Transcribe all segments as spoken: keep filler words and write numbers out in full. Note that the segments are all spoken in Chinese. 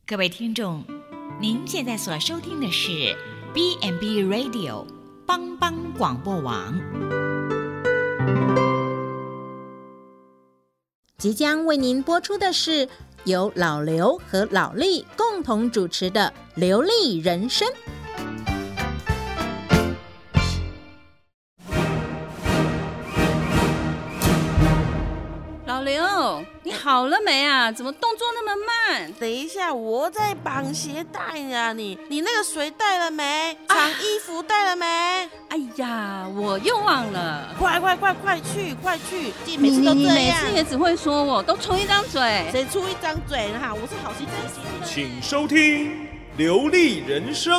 各位听众，您现在所收听的是 B and B Radio 帮帮广播网。 即将为您播出的是由老刘和老莉共同主持的《流利人生》。 老刘，你好了没啊？怎么动作那么慢？ 等一下，我在绑鞋带呀！你你那个水带了没？长衣服带了没？ 哎呀，我又忘了！ 快快快快去快去！ 你每次都这样， 你每次也只会说我，都出一张嘴。 谁出一张嘴哈？我是好心真心的。 请收听《流利人生》。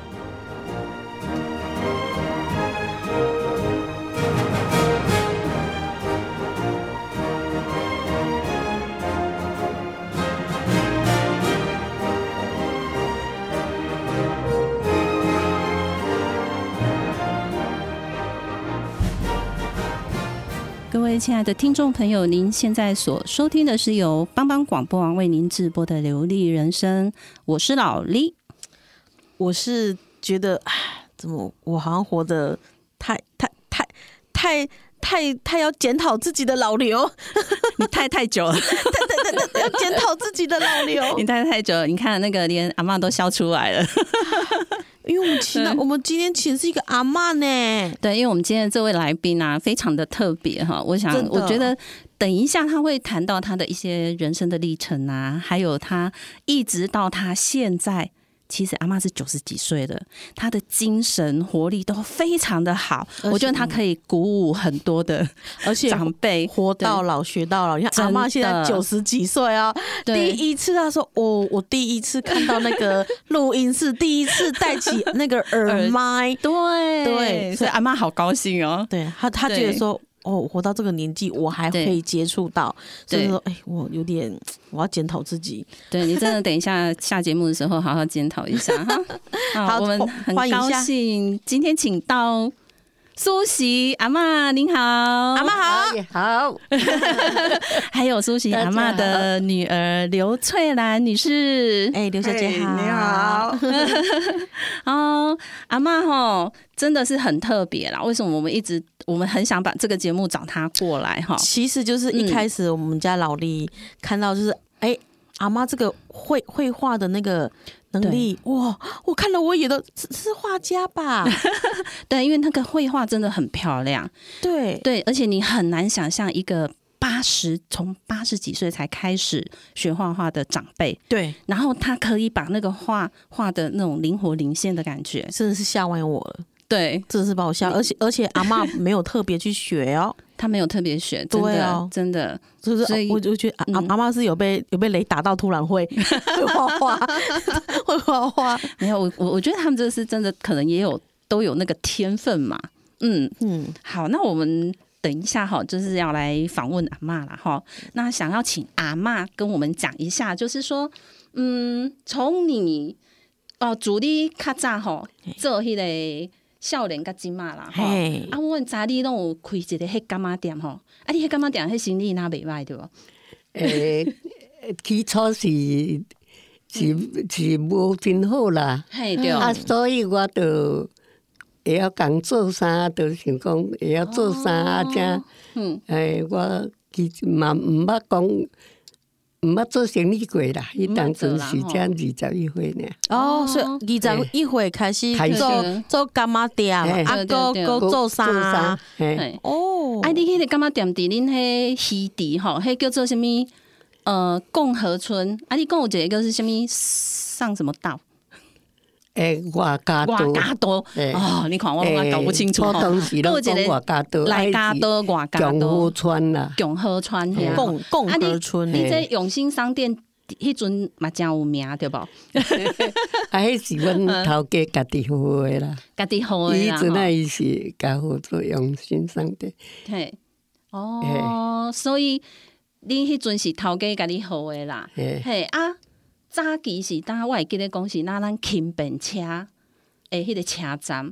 各位亲爱的听众朋友，您现在所收听的是由帮帮广播网为您直播的《流利人生》，我是老莉。 我是觉得，怎么我好像活得太太太太太太要检讨自己的老刘， 你太太久了， 对对对对，要检讨自己的老刘， 你太太久了，你看那个连阿嬷都笑出来了。 因为我们请到，我们今天请的是一个阿嬷呢。 对，因为我们今天这位来宾啊，非常的特别哈。我想，我觉得等一下他会谈到他的一些人生的历程啊，还有他一直到他现在。其实阿嬷是九十几岁了，她的精神活力都非常的好，我觉得她可以鼓舞很多的而且长辈， 活到老学到老。你看阿嬷现在九十几岁啊，第一次她说：“哦，我第一次看到那个录音室，第一次戴起那个耳麦。” 对对， 所以阿嬷好高兴哦。 对，她她觉得说。哦，活到这个年纪，我还可以接触到，所以说，哎，我有点，我要检讨自己。 对你真的等一下下节目的时候，好好检讨一下哈。好，我们很高兴今天请到苏喜阿嬷，您好， 阿嬷好， 好， 还有苏喜阿嬷的女儿刘翠兰女士， 哎，刘小姐好， 你好。 哦，阿嬷吼真的是很特别啦。为什么我们一直我们很想把这个节目找她过来哈？ 其实就是一开始我们家老莉看到就是哎、嗯，阿嬷这个绘绘画的那个能力哇，我看了我也都是是画家吧？ 对，因为那个绘画真的很漂亮。 对对，而且你很难想象一个八十从八十几岁才开始学画画的长辈， 对， 然后他可以把那个画画的那种灵活灵现的感觉， 真的是吓歪我了。 对， 真的是把我吓，而且而且阿嬷没有特别去学哦， 他没有特别学，真的、 对哦、 真的， 就是所以我就觉得阿、嗯、阿嬷是有被有被雷打到，突然会会画画，会画画。 没有，我我我觉得他们这是真的，可能也有都有那个天分嘛。嗯嗯，好，那我们等一下哈，就是要来访问阿嬷啦哈。那想要请阿嬷跟我们讲一下，就是说，嗯，从你哦，主力较早吼做迄个。少年甲即马啦，吼啊！阮知你拢有开一个迄柑仔店吼，啊！你迄柑仔店迄生意哪袂歹对无？ 诶，起初是是是无真好啦， 嘿对啊，所以我就会晓讲做衫，就想讲会晓做衫啊，这嗯，诶，我其实嘛毋捌讲。毋捌做生意过啦，伊当阵是才二十一岁呢。 哦，所以二十一岁开始做做柑仔店，啊，搁搁做衫。 哦，啊，你迄个柑仔店伫恁迄西地吼，迄叫做什么？呃，共和村。啊，你讲有一个是什么？上什么道？ 诶，外加多， 外加多哦，你看我我搞不清楚。 我当时拢讲外加多， 来加多，外加多。 共和村啦， 共和村遐。 共共和村。 你这永兴商店迄阵嘛真有名对无？啊， 迄是阮头家家己号的啦， 家己号的啦。 伊阵啊，伊是家号做永兴商店。 嘿，哦，所以你迄阵是头家家己号的啦。嘿啊。早期是当我会记得讲是那咱轻便车诶，迄个车站，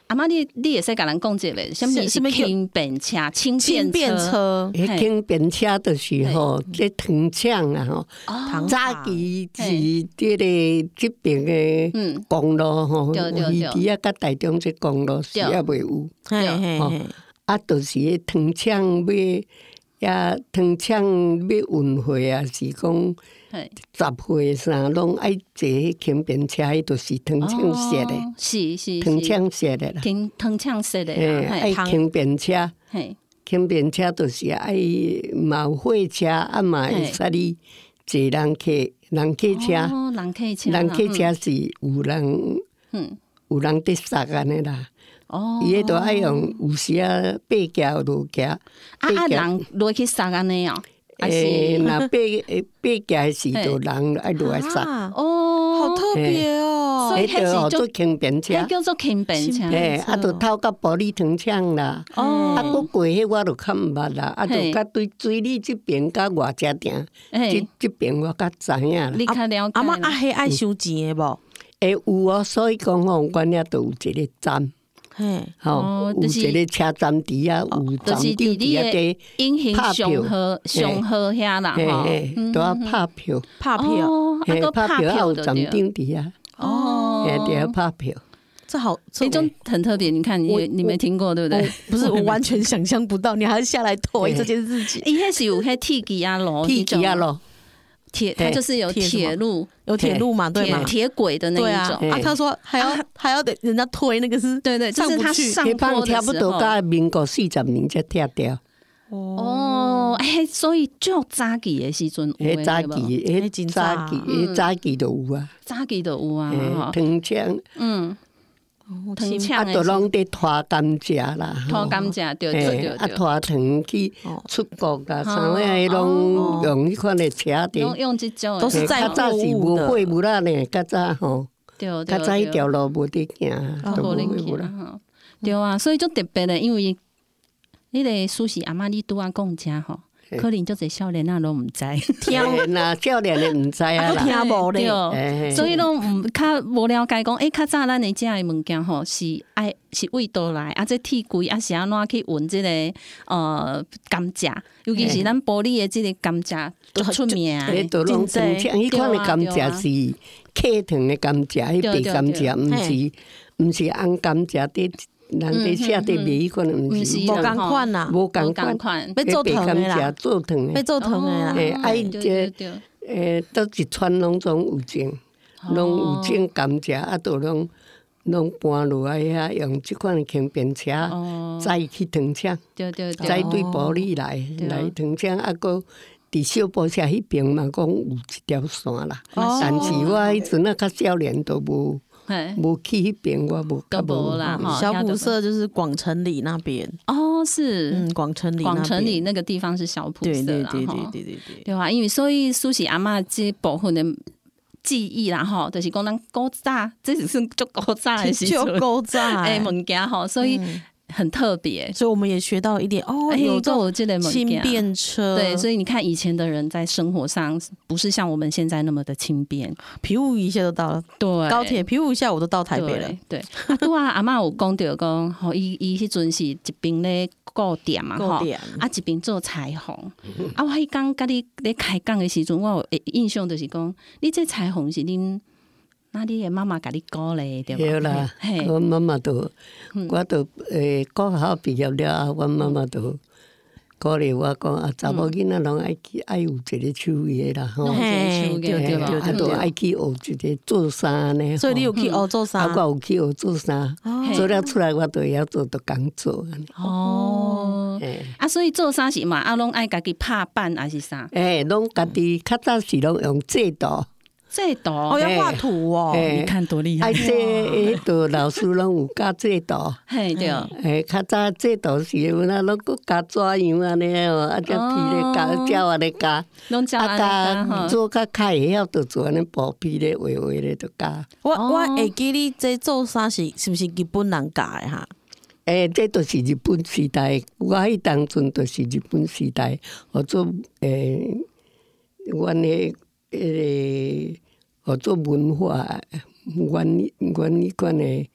阿妈你你也使甲咱讲一个，什么是轻便车？轻轻便车， 迄轻便车就是吼，这糖厂啊吼，早期是这个这边的公路吼，鱼池啊，甲台中这公路是也未有，吼啊，就是迄糖厂要。也糖厂要运货啊，是讲集货啥，拢爱坐迄轻便车，迄就是糖厂设的， 是是糖厂设的啦， 糖厂设的， 爱轻便车，轻便车就是爱嘛货车，啊嘛会使你坐人客人客车， 人客车， 人客车是有人，有人伫塞安尼啦。哦，伊迄都爱用，有时啊爬桥落桥，啊啊人落去杀安尼哦， 诶，那爬爬桥时就人爱落来杀。 哦，好特别哦， 所以迄叫做轻便车， 叫做轻便车， 诶，啊，就透到玻璃糖厂啦，啊，佫过迄我就较毋捌啦，啊，就甲对水里即边甲外遮定，即即边我较知影啦。 你较了解。 阿妈啊，迄爱收钱诶无？ 诶，有哦，所以讲吼，阮遐都有一个站。嘿，吼，有一个车站底啊，有站长底啊，伫英雄上河上河遐啦，吼， 都要拍票， 拍票， 嘿，拍票有站长底啊，哦，嘿，都要拍票。 这好， 这种很特别。你看，你你没听过对不对？ 不是，我完全想象不到，你还要下来推这件事情。 伊迄是有迄铁机啊路， 铁机啊路。 铁，它就是有铁路， 有铁路嘛，对嘛， 铁轨的那一种。 啊，他说还要还要得人家推那个是， 对对，就是他上坡的时候， 差不多到民国四十年才拆掉。 哦，哎，所以就早期的时阵， 迄早期，迄早期，迄早期都有啊， 早期都有啊， 糖厂，嗯。 糖厂啊，都拢伫拖甘蔗啦， 拖甘蔗，对对对， 啊，拖糖去出国啦，啥物迄拢用迄款的车的， 用用这种， 都是在货物的。无火物啦呢，较早吼， 对对， 较早迄条路无得行，都无火物啦。 对啊，所以就特别的，因为你个苏轼阿嬷你拄啊讲遮吼。可能就侪少年啊，拢毋知， 听那少年的毋知啊啦， 听无咧， 所以拢毋较无了解讲，诶，较早咱的遮的物件吼，是爱是为倒来，啊，这铁轨啊是安怎去运这个呃甘蔗，尤其是咱玻璃的这个甘蔗都出名， 诶，都拢真正，迄款的甘蔗是刻糖的甘蔗，迄白甘蔗毋是毋是红甘蔗的。人哋写的卖迄款毋是， 无共款啦， 无共款， 要做糖的啦， 做糖的， 要做糖的啦。 诶，爱这诶，倒一串拢总有种，拢有种甘蔗，啊，都拢拢搬落来遐，用即款轻便车载去糖厂，载对玻璃来来糖厂，啊，搁伫小埔社迄边嘛，讲有一条线啦。但是我迄阵啊，较少年都无。无去迄边，我无都无啦。 小埔社就是广城里那边哦，是嗯，广城里广城里那个地方是小埔社啦， 对对对对对对对啊，因为所以苏轼阿嬷这部分的记忆啦，吼，就是讲咱古早，这只是足古早的时阵， 就古早诶物件吼，所以。很特别， 所以我们也学到一点哦，有这种轻便车， 对，所以你看以前的人在生活上不是像我们现在那么的轻便， 皮务一下就到了， 对， 高铁皮务一下我都到台北了， 对。啊，拄啊，阿嬷有讲到讲，吼，伊伊迄阵是一边咧顾店嘛，吼，啊一边做裁缝，啊我迄刚甲你咧开讲的时阵，我有印象就是讲，你这裁缝是恁。那你的妈妈甲你鼓励对吧？ 对啦，阮妈妈都，我都诶，高考毕业了，阮妈妈都鼓励我讲啊，查某囡仔拢爱去爱有一个手艺啦，吼， 对对对， 啊，都爱去学一个做衫呢。 所以你有去学做衫？ 啊，我有去学做衫，做了出来我都要做，都工做。 哦，啊，所以做衫是嘛，啊，拢爱家己拍板还是啥？ 诶，拢家己较早是拢用制度。 制度哦，要画图哦， 你看多厉害！ 啊，这迄度老师拢有教制度， 嘿对， 诶，较早制度是有那拢搁加怎样安尼哦，啊，只皮咧加，教安尼加， 拢教安尼加，做较较会晓就做安尼薄皮咧，画画咧就加。 我我会记你这做衫是是不是日本人教的哈？ 诶，这都是日本时代，我迄当阵都是日本时代，我做诶，阮诶诶。学做文化，阮阮迄款诶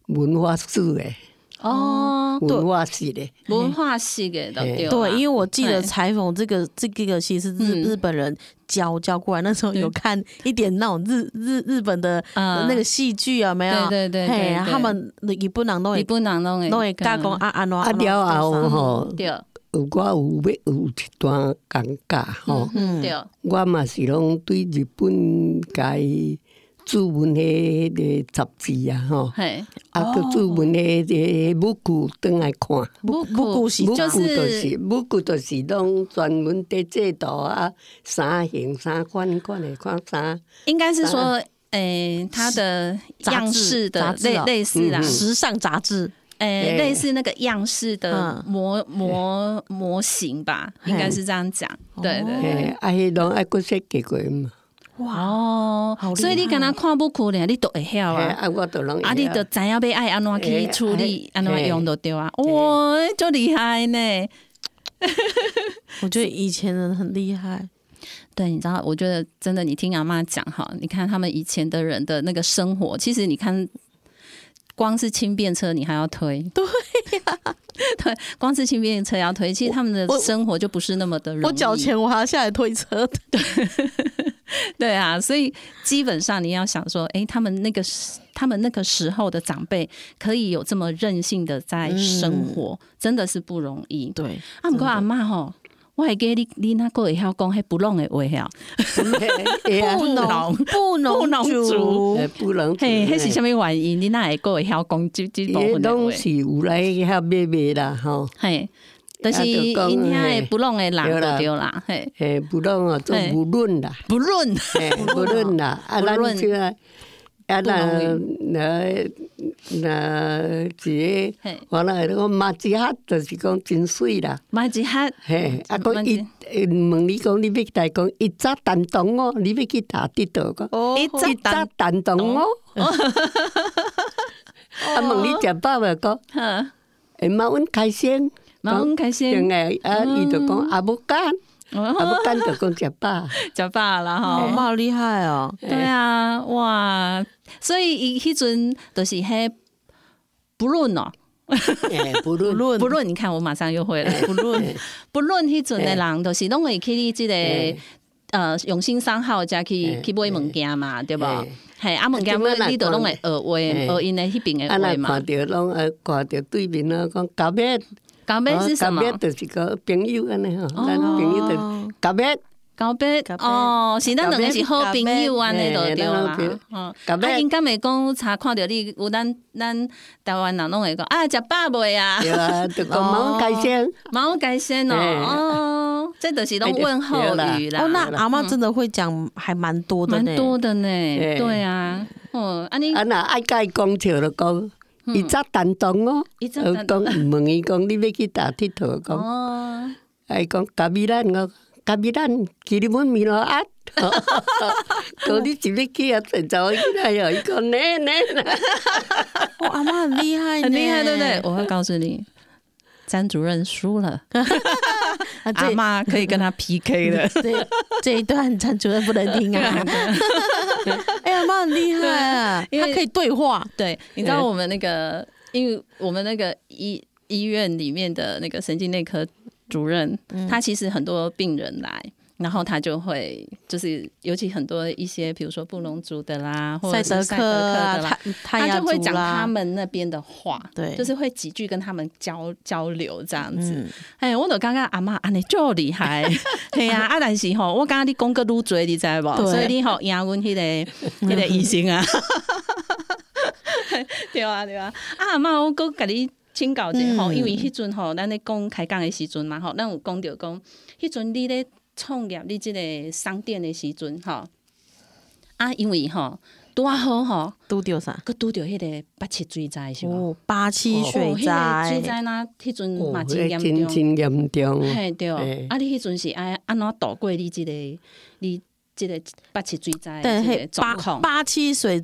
文化史的。 哦， 文化系的， 文化系的都对。 对，因为我记得裁缝这个这个其实是日本人教教过来，那时候有看一点那种日日日本的那个戏剧啊，没有？ 对对对， 他们日本人都会， 日本人都会都会加工啊啊啊了后吼， 对， 我有要有一段尴尬吼， 对， 我嘛是拢对日本家注文迄个杂志啊，吼，啊，个注文迄个母句转来看， 母母句是就是母句就是拢专门的制度啊，三形三款款的看啥？ 应该是说，诶，它的样式的类类似啦， 时尚杂志， 诶，类似那个样式的模模模型吧，应该是这样讲。对对对， 啊，迄拢爱搁设计过嘛。 哇哦，所以你敢若看不苦咧，你都会晓啊！ 啊，我都拢啊，你都知影要爱安怎去处理，安怎用就对啊！哇，就厉害呢！ 我觉得以前人很厉害。 对，你知道，我觉得真的，你听阿嬷讲哈，你看他们以前的人的那个生活，其实你看，光是轻便车你还要推， 对呀、啊， 对，光是轻便车要推，其实他们的生活就不是那么的容易。 我缴钱，我还要下来推车。 对。对啊，所以基本上你要想说，哎，他们那个他们那个时候的长辈可以有这么任性的在生活，嗯、真的是不容易。 对， 啊，不过阿嬷吼，我还记得你你那个会晓讲迄不拢的话晓， 不农不农族， 不农族， 嘿，迄是什么原因？你那会个会晓讲这这部分的话？ 拢是有来遐买卖啦，吼， 嘿。就是因遐的不拢的人就对啦，嘿， 嘿，不拢哦，做不论啦， 不论， 不论啦，啊，咱这个，啊，那那那一个，我那个马吉哈就是讲真水啦， 马吉哈， 嘿，啊，讲伊问你讲你要来讲一早担当哦，你要去打地道个，一早担当哦，啊，问你食饱未个？会马阮开心。 蛮开心， 对个，啊，伊就讲阿不干，阿不干就讲食饱， 食饱啦吼， 好厉害哦！ 对啊，哇，所以伊迄阵就是迄不论哦， 不论不论，你看我马上又会了，不论不论迄阵的人，就是拢会去你即个呃用心商号加去去买物件嘛，对无？嘿，啊物件你都拢会学话，学因的迄边的话嘛。 看到拢呃看到对面啊讲搞咩？ 交杯是什么？ 交杯就是个朋友安尼吼，咱朋友就交杯， 交杯哦，是咱两个是好朋友安尼就对啦。哦，啊，因敢会讲，查看到你有咱咱台湾人拢会讲啊，食饱未啊？ 对啊，就讲毛改先， 毛改先哦，哦，这就是拢问候语啦。 哦，那阿嬷真的会讲，还蛮多的， 蛮多的呢。对啊，哦，安尼啊那爱甲伊讲笑就讲。伊早担当哦，讲问伊讲你要去打佚佗讲，哎讲咖米兰哦，咖米兰去日本米罗啊，讲你是要去啊？真早起来哟，伊讲呢呢呢， 我阿嬷很厉害， 很厉害，对不对？我会告诉你，詹主任输了，阿嬷可以跟他 P K 的。 这这一段詹主任不能听啊。哎呀，妈很厉害啊！他可以对话。 对，你知道我们那个，因为我们那个医医院里面的那个神经内科主任，嗯、他其实很多病人来，然后他就会就是尤其很多一些，比如说布农族的啦，或者是赛德克的啦，他就会讲他们那边的话，对，就是会几句跟他们交交流这样子。哎、嗯，我都刚刚阿嬷安尼就厉害，嘿啊，啊，但是吼，我刚刚你讲个愈多，你知无？所以你吼赢阮迄个迄个医生啊，对啊对啊，啊阿嬷我搁甲你请教者吼，因为迄阵吼，咱咧讲开讲的时阵嘛吼，咱有讲到讲，迄阵你咧。创业你即个商店的时阵吼，啊，因为吼拄啊好吼， 拄着啥？ 佮拄着迄个八七水灾是无？ 哦，八七水灾， 哦，水灾呐，迄阵嘛真严重， 真严重。 嘿对，啊，你迄阵是爱安怎度过你即个你即个八七水灾的这个状况？ 八七水灾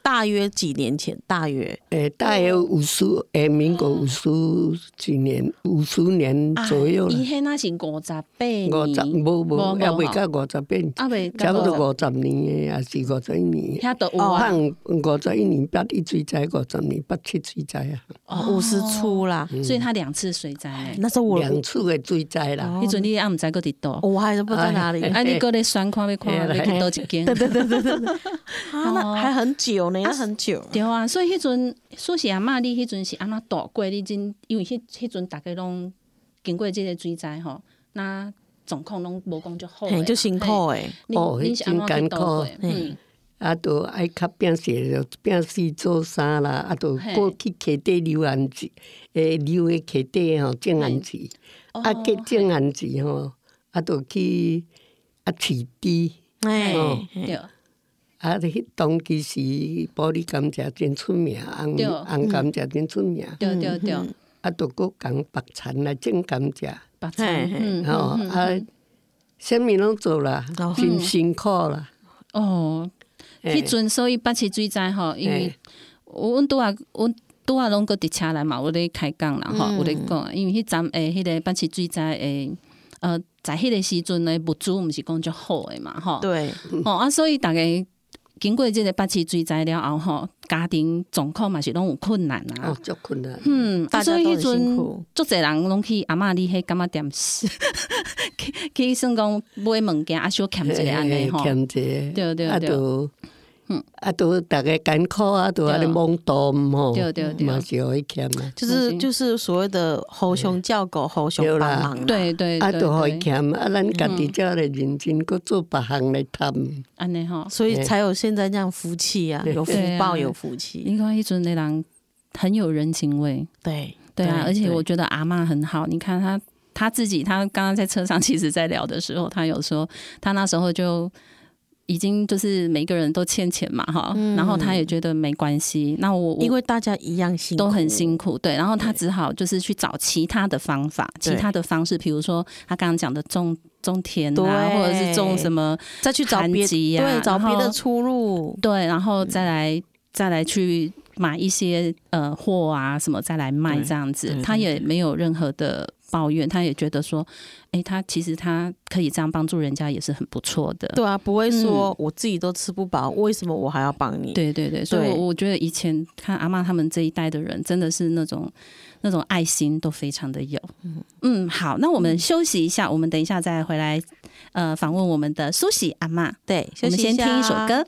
大约几年前？大约诶，大约五十，诶，民国五十几年，五十年左右啦。 伊迄那是五十八年， 五十无无，也未到五十八年， 啊未差不多五十年诶，也是五十一年。 遐都有啊， 看五十一年八一水灾，五十年八七水灾啊。 哦，五十出啦， 所以他两次水灾呢。 那时候我两次诶水灾啦。 迄阵你也毋知佫伫倒， 我还是不知道在哪里。 啊，你佫咧选看要看要去倒一间？对对对对对， 啊，那还很久呢，那很久。 对啊，所以迄阵苏是阿嬷，你迄阵是安怎度过？你真因为迄迄阵大家拢经过即个水灾吼，那状况拢无讲足好诶， 就辛苦诶。 哦，迄真艰苦。嗯。啊，都爱较拼死，就拼死做衫啦，啊，都过去溪底流汗子，诶，流诶溪底吼种汗子，啊，结种汗子吼，啊，都去啊饲猪， 哎， 对。 啊，迄当其时玻璃甘蔗真出名，红红甘蔗真出名， 对对对。 啊，都搁讲白田来种甘蔗， 白田， 吼啊，啥物拢做啦，真辛苦啦。 哦。迄阵所以八七水灾吼，因为阮拄啊，阮拄啊拢搁伫车内嘛，有咧开讲啦吼，有咧讲，因为迄阵诶，迄个八七水灾诶，呃，在迄个时阵诶，物资毋是讲足好诶嘛，吼。 对。 哦啊，所以大家经过即个八七水灾了后吼，家庭状况嘛是拢有困难啊。 哦，足困难。 嗯， 大家都很辛苦。 足侪人拢去阿嬷你迄干嘛店去去算讲买物件啊，小欠一个安尼吼。 欠一个。 对对对。 嗯，啊，都大家艰苦啊，都安尼懵懂吼， 对对对， 嘛是互伊欠啊， 就是就是所谓的猴熊叫狗，猴熊帮忙， 对对， 啊，都互伊欠啊，咱家己才来认真，搁做别项来贪， 安尼吼， 所以才有现在这样福气啊，有福报有福气。 你看迄阵的人很有人情味， 对对啊，而且我觉得阿嬷很好，你看她她自己，她刚刚在车上其实在聊的时候，她有说她那时候就。已经就是每个人都欠钱嘛哈，嗯、然后他也觉得没关系。那我因为大家一样辛苦， 都很辛苦，对。然后他只好就是去找其他的方法，其他的方式，比如说他刚刚讲的种种田啊，或者是种什么， 再去找别对找别的出路， 对，然后再来、嗯、再来去买一些呃货啊什么再来卖这样子，他也没有任何的。抱怨，他也觉得说，哎、欸，他其实他可以这样帮助人家也是很不错的。 对啊，不会说我自己都吃不饱，嗯、为什么我还要帮你？ 对对对，所以我觉得以前看阿嬷他们这一代的人，真的是那种那种爱心都非常的有。嗯嗯，好，那我们休息一下，我们等一下再回来，呃，访问我们的苏喜阿嬷。 对， 我们先听一首歌。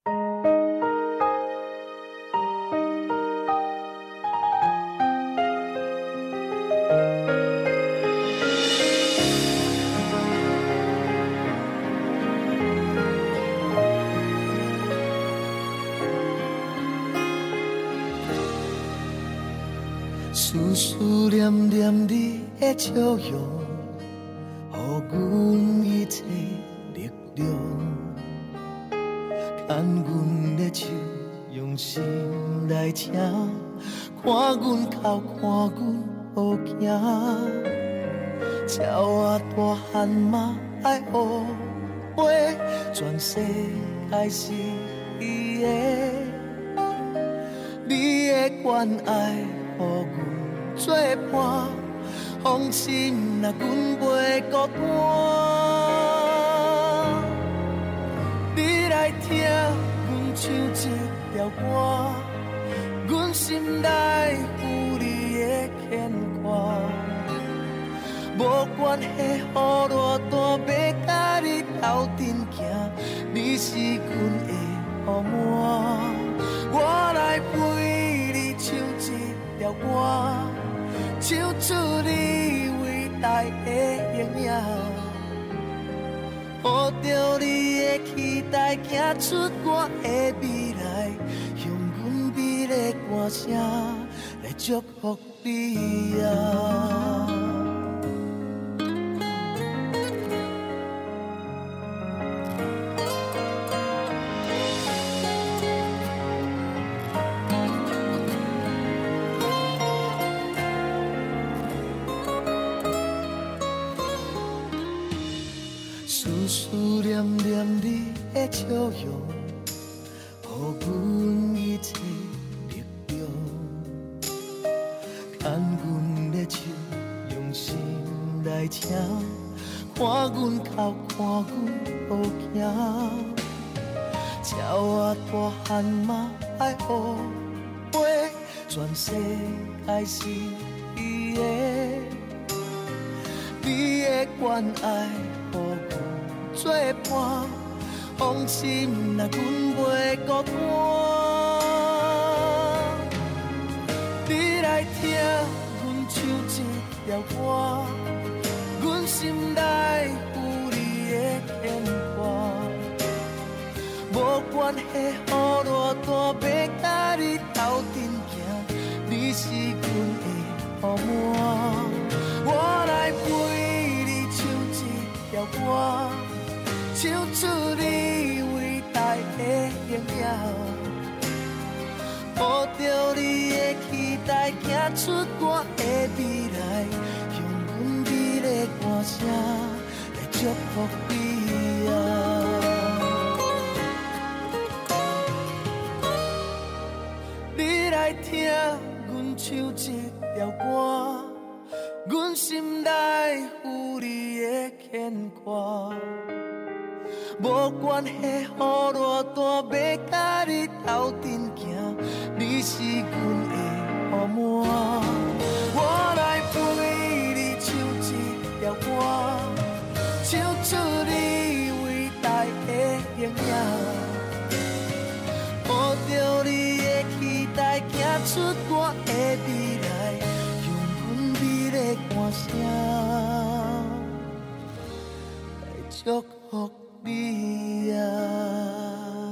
思思念念你的笑容，予阮一切力量。牵阮的手，用心来听，看阮哭，看阮无惊。鸟仔大汉嘛爱学飞，全世界是伊的，你的关爱，予阮。作伴，放心啦，阮袂孤单。你来听阮唱一条歌，阮心内有你的牵挂。无关系，雨偌大，要甲你斗阵行，你是阮的雨满。我来陪你唱一条歌。唱出你伟大的形影，抱着你的期待，走出我的未来，用阮美丽歌声来祝福你啊！思念念你的笑容，予阮请，看阮哭，看阮好行。叫我大汉嘛爱后悔，全世界是你的，你的关爱，予阮作伴。放心啦，阮袂孤单。你来听阮唱一条歌，阮心内有你的牵挂。无关系，雨偌大，要甲你斗阵行，你是阮的雨满。我来陪你唱一条歌，唱出你伟大的形象，抱着你的期待，行出我的未来，用阮美丽歌声来祝福你啊！你来听阮唱一条歌，阮心内有你的牵挂。无关系，雨偌大，要甲你斗阵行，你是阮的雨满。我来陪你唱一条歌，唱出你伟大的形象，抱着你的期待，行出我的未来，用阮美丽歌声来祝福你啊！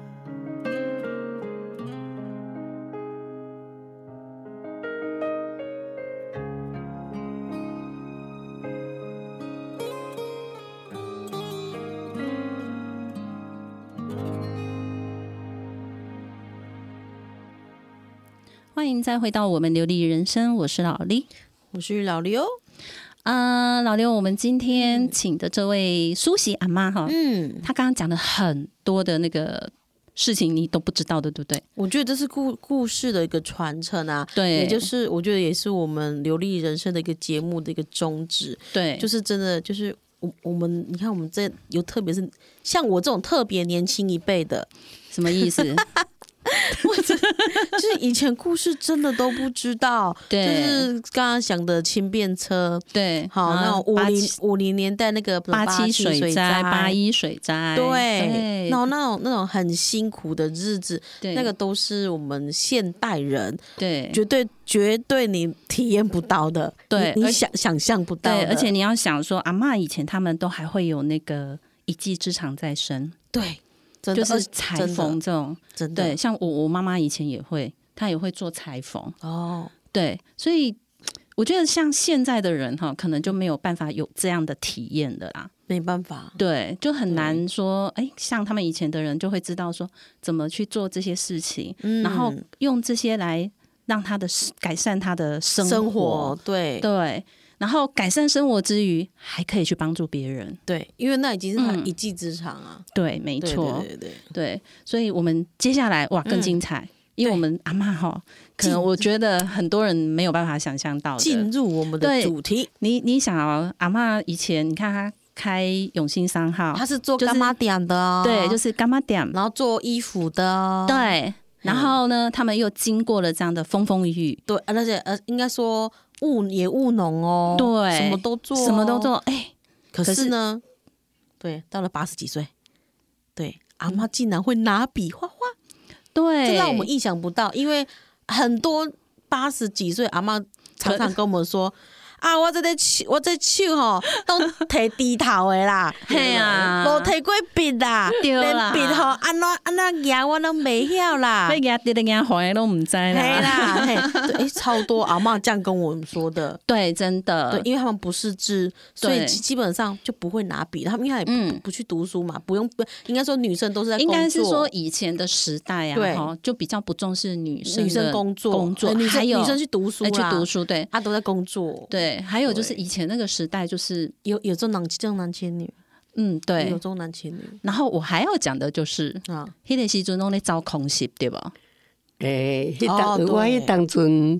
欢迎再回到我们流利人生，我是老李， 我是老刘。 啊、呃，老刘，我们今天请的这位苏喜阿妈哈，嗯，她刚刚讲了很多的那个事情，你都不知道的，对不对？ 我觉得这是故故事的一个传承啊， 对， 也就是我觉得也是我们流利人生的一个节目的一个宗旨， 对， 就是真的就是我我们你看我们这有特别是像我这种特别年轻一辈的， 什么意思？ 我真就是以前故事真的都不知道， 对， 就是刚刚讲的轻便车， 对， 好，那种五零五零年代那个八七水灾、八一水灾， 对，然后那种那种很辛苦的日子，那个都是我们现代人对绝对绝对你体验不到的， 对， 你想想象不到的， 对，而且你要想说，阿嬷以前他们都还会有那个一技之长在身， 对。 就是裁缝这种， 真的对，像我我妈妈以前也会，她也会做裁缝哦， 对，所以我觉得像现在的人哈，可能就没有办法有这样的体验的啦， 没办法， 对，就很难说，哎，像他们以前的人就会知道说怎么去做这些事情，嗯、然后用这些来让他的改善他的生活， 生活对对。然后改善生活之余，还可以去帮助别人， 对，因为那已经是他一技之长啊。 嗯、对，没错， 对对 对, 对, 对，所以我们接下来哇更精彩，嗯、因为我们阿嬷哈，可能我觉得很多人没有办法想象到的。 进入我们的主题， 你你想哦，阿嬷以前你看她开永兴商号， 她是做干妈店的哦， 对，就是干妈店， 然后做衣服的哦， 对，然后呢，他们又经过了这样的风风雨雨， 对，而且呃，应该说。务也务农哦， 对， 什么都做、哦， 什么都做。哎、欸， 可是呢，对，到了八十几岁，对，阿嬷竟然会拿笔画画， 对， 这让我们意想不到。因为很多八十几岁阿嬷常常跟我们说。啊！我这个手，我这手吼都摕低头的啦， 嘿啊， 无摕过笔啦，连笔吼安怎安怎压我都没晓啦， 要压滴滴压坏都唔知啦， 嘿啦，嘿，对，超多阿嬷这样跟我们说的， 对，真的， 对，因为他们不识字，所以基本上就不会拿笔，他们应该也不、嗯、不去读书嘛，不用，不应该说女生都是在工作， 应该是说以前的时代啊，对，就比较不重视女生女生工作工作， 女生还有女生去读书啦， 去读书，对， 她都在工作， 对。还有就是以前那个时代，就是有有重男重男轻女， 嗯，对， 有重男轻女。 然后我还要讲的就是啊，迄个时阵拢咧招空袭，对吧？ 诶、欸，迄当、哦、我迄当阵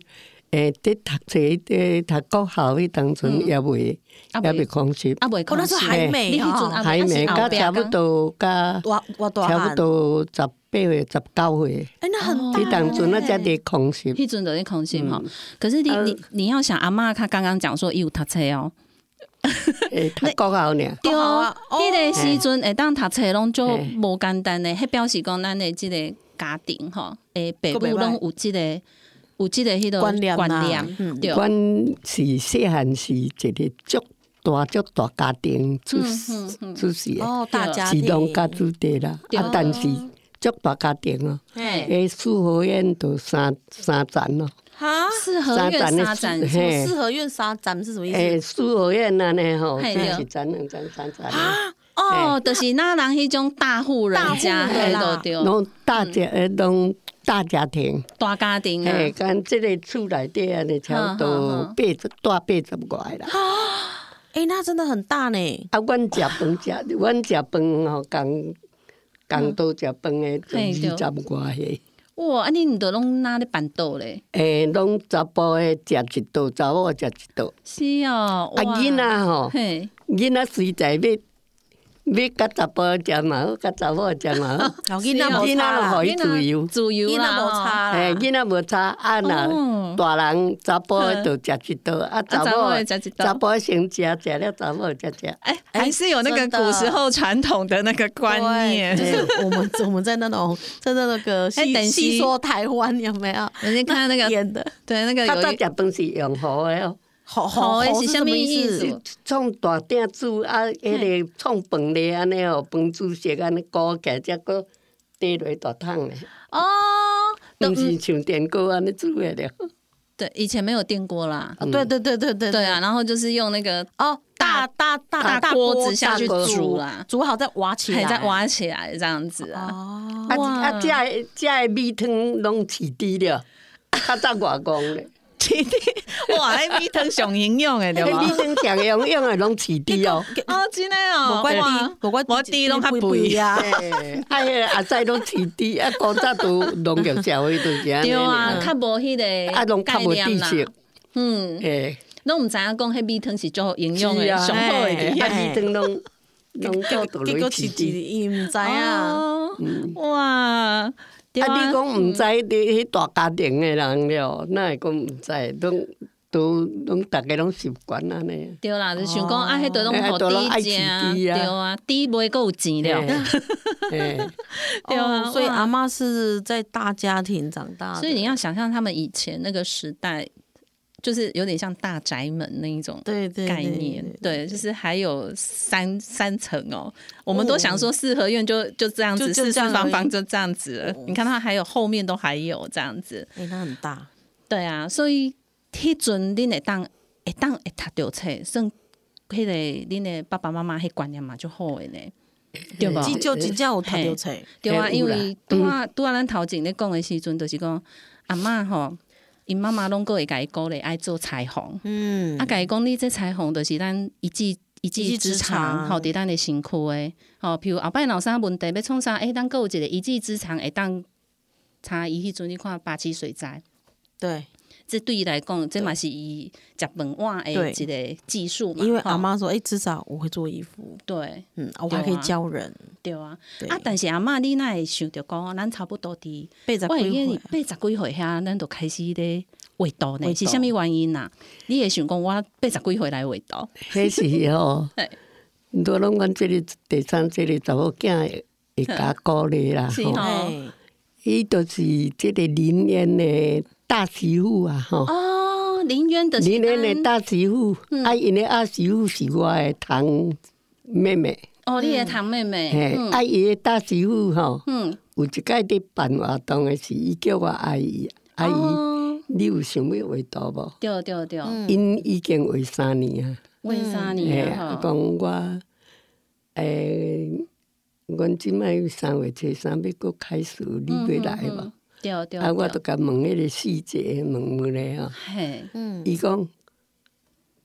诶，伫读册，伫读国校迄当阵也未也未空袭， 啊未空袭， 那时候还没哦， 还没，甲差不多甲我我大差不多十八岁、十九岁。 哎，那很大。 迄当阵那才伫空袭， 迄阵就咧空袭吼。可是你你你要想，阿嬷她刚刚讲说伊有读册哦。 诶，读国校呢？ 对啊，迄个时阵会当读册拢就无简单诶，迄表示讲咱诶即个家庭吼，诶，父母拢有即个有即个迄个观念观念，对。 阮是细汉是一个足大足大家庭出出世诶， 哦，大家庭， 是农家子弟啦，啊，但是足大家庭哦，诶，四合院都三三层咯。 哈， 四合院三站， 什么四合院三站是什么意思？ 诶，四合院安尼吼，一层、两层、三层。 哦，就是那人迄种大户人家，嘿，都对。 拢大家诶，拢大家庭， 大家庭啊。 诶，干即个厝内底安尼差不多八十大八十外啦。 诶，那真的很大呢。 啊，阮食饭食，阮食饭吼，共共都食饭诶，就二十外岁。 哇！啊，恁都拢哪咧办桌咧？ 诶，拢查甫诶食一道，查某食一道。 是哦， 啊，囡仔吼，囡仔随在要要甲查甫食嘛好，甲查某食嘛好。 囡仔囡仔互伊自由， 自由啦，囡仔无差。 诶，囡仔无差，啊若大人查甫就食一道，啊查某查甫先食，食了查某才食。 哎，还是有那个古时候传统的那个观念， 就是我们我们在那种在那个戏戏说台湾有没有？ 人家看那个演的， 对那个他到食饭是用火的哦。 好好的是什么意思？ 创大鼎煮啊，迄个创饭粒安尼哦，饭煮熟安尼勾起来，才搁滴落大桶嘞。 哦， 不是像电锅安尼煮的了。 对，以前没有电锅啦。 对对对对对对啊，然后就是用那个哦大大大大锅子下去煮啦， 煮好再挖起来， 再挖起来这样子啊。 哦，啊啊，这这米汤拢起滴了，较早外公咧。 起滴，哇！迄米汤上营养诶，对无？ 米汤上营养诶，拢起滴哦。 哦，真诶哦， 无怪滴，无怪无滴拢较肥啊。啊，迄个阿仔拢起滴，啊，古早都农业社会都是安尼。 对啊，较无迄个啊，拢较无知识。 嗯，诶，拢毋知影讲迄米汤是足营养诶，上好诶。 啊，米汤拢拢叫倒落起滴， 伊毋知影。 哇！ 啊！你讲毋知你迄大家庭诶人了，哪会讲毋知？拢都拢逐个拢习惯安尼。 对啦，就想讲啊，迄都拢互猪食啊，对啊，猪买够有钱了。 对啊，所以阿嬷是在大家庭长大的， 所以你要想象他们以前那个时代。就是有点像大宅门那一种概念，对，就是还有三三层哦。我们都想说四合院就就这样子，四四方方就这样子了。你看它还有后面都还有这样子， 哎，那很大。 对啊，所以迄阵恁会当会当会读到册，算迄个恁的爸爸妈妈迄观念嘛就好诶呢，对吧？ 至少真正有读到册， 对啊，因为拄啊拄啊，咱头前咧讲的时阵，就是讲阿嬷吼。因妈妈拢个会甲伊鼓励爱做裁缝，嗯，啊，甲伊讲你这裁缝就是咱一技一技之长，吼，伫咱的身躯诶，吼，譬如后摆有啥问题要创啥，诶、欸，咱个有一个一技之长会当差伊迄阵你看八七水灾， 对， 这对伊来讲，这嘛是伊食饭碗诶一个技术嘛。 因为阿妈说，诶、欸，至少我会做衣服， 对， 嗯，我还可以教人， 对啊，对啊，但是阿嬷你哪会想着讲，咱差不多伫八十几岁， 八十几岁遐，咱就开始咧画图呢？是啥物原因啊？你会想讲我八十几岁来画图？ 迄是吼，都拢阮即个第三即个查某囝会甲鼓励啦，吼，伊就是即个林园的大媳妇啊，吼。 哦，林园的林园的大媳妇，啊，因的阿媳妇是我的堂妹妹。 哦，你的堂妹妹。 嘿，啊，伊的大媳妇吼，有一届伫办活动的是，伊叫我阿姨，阿姨，你有想要画图无？ 对对对。 因已经画三年啊。 画三年啊！ 讲我，诶，阮即摆三月初三要搁开始，你要来无？ 对对。 啊，我都甲问迄个细节，问问咧吼。嘿。伊讲，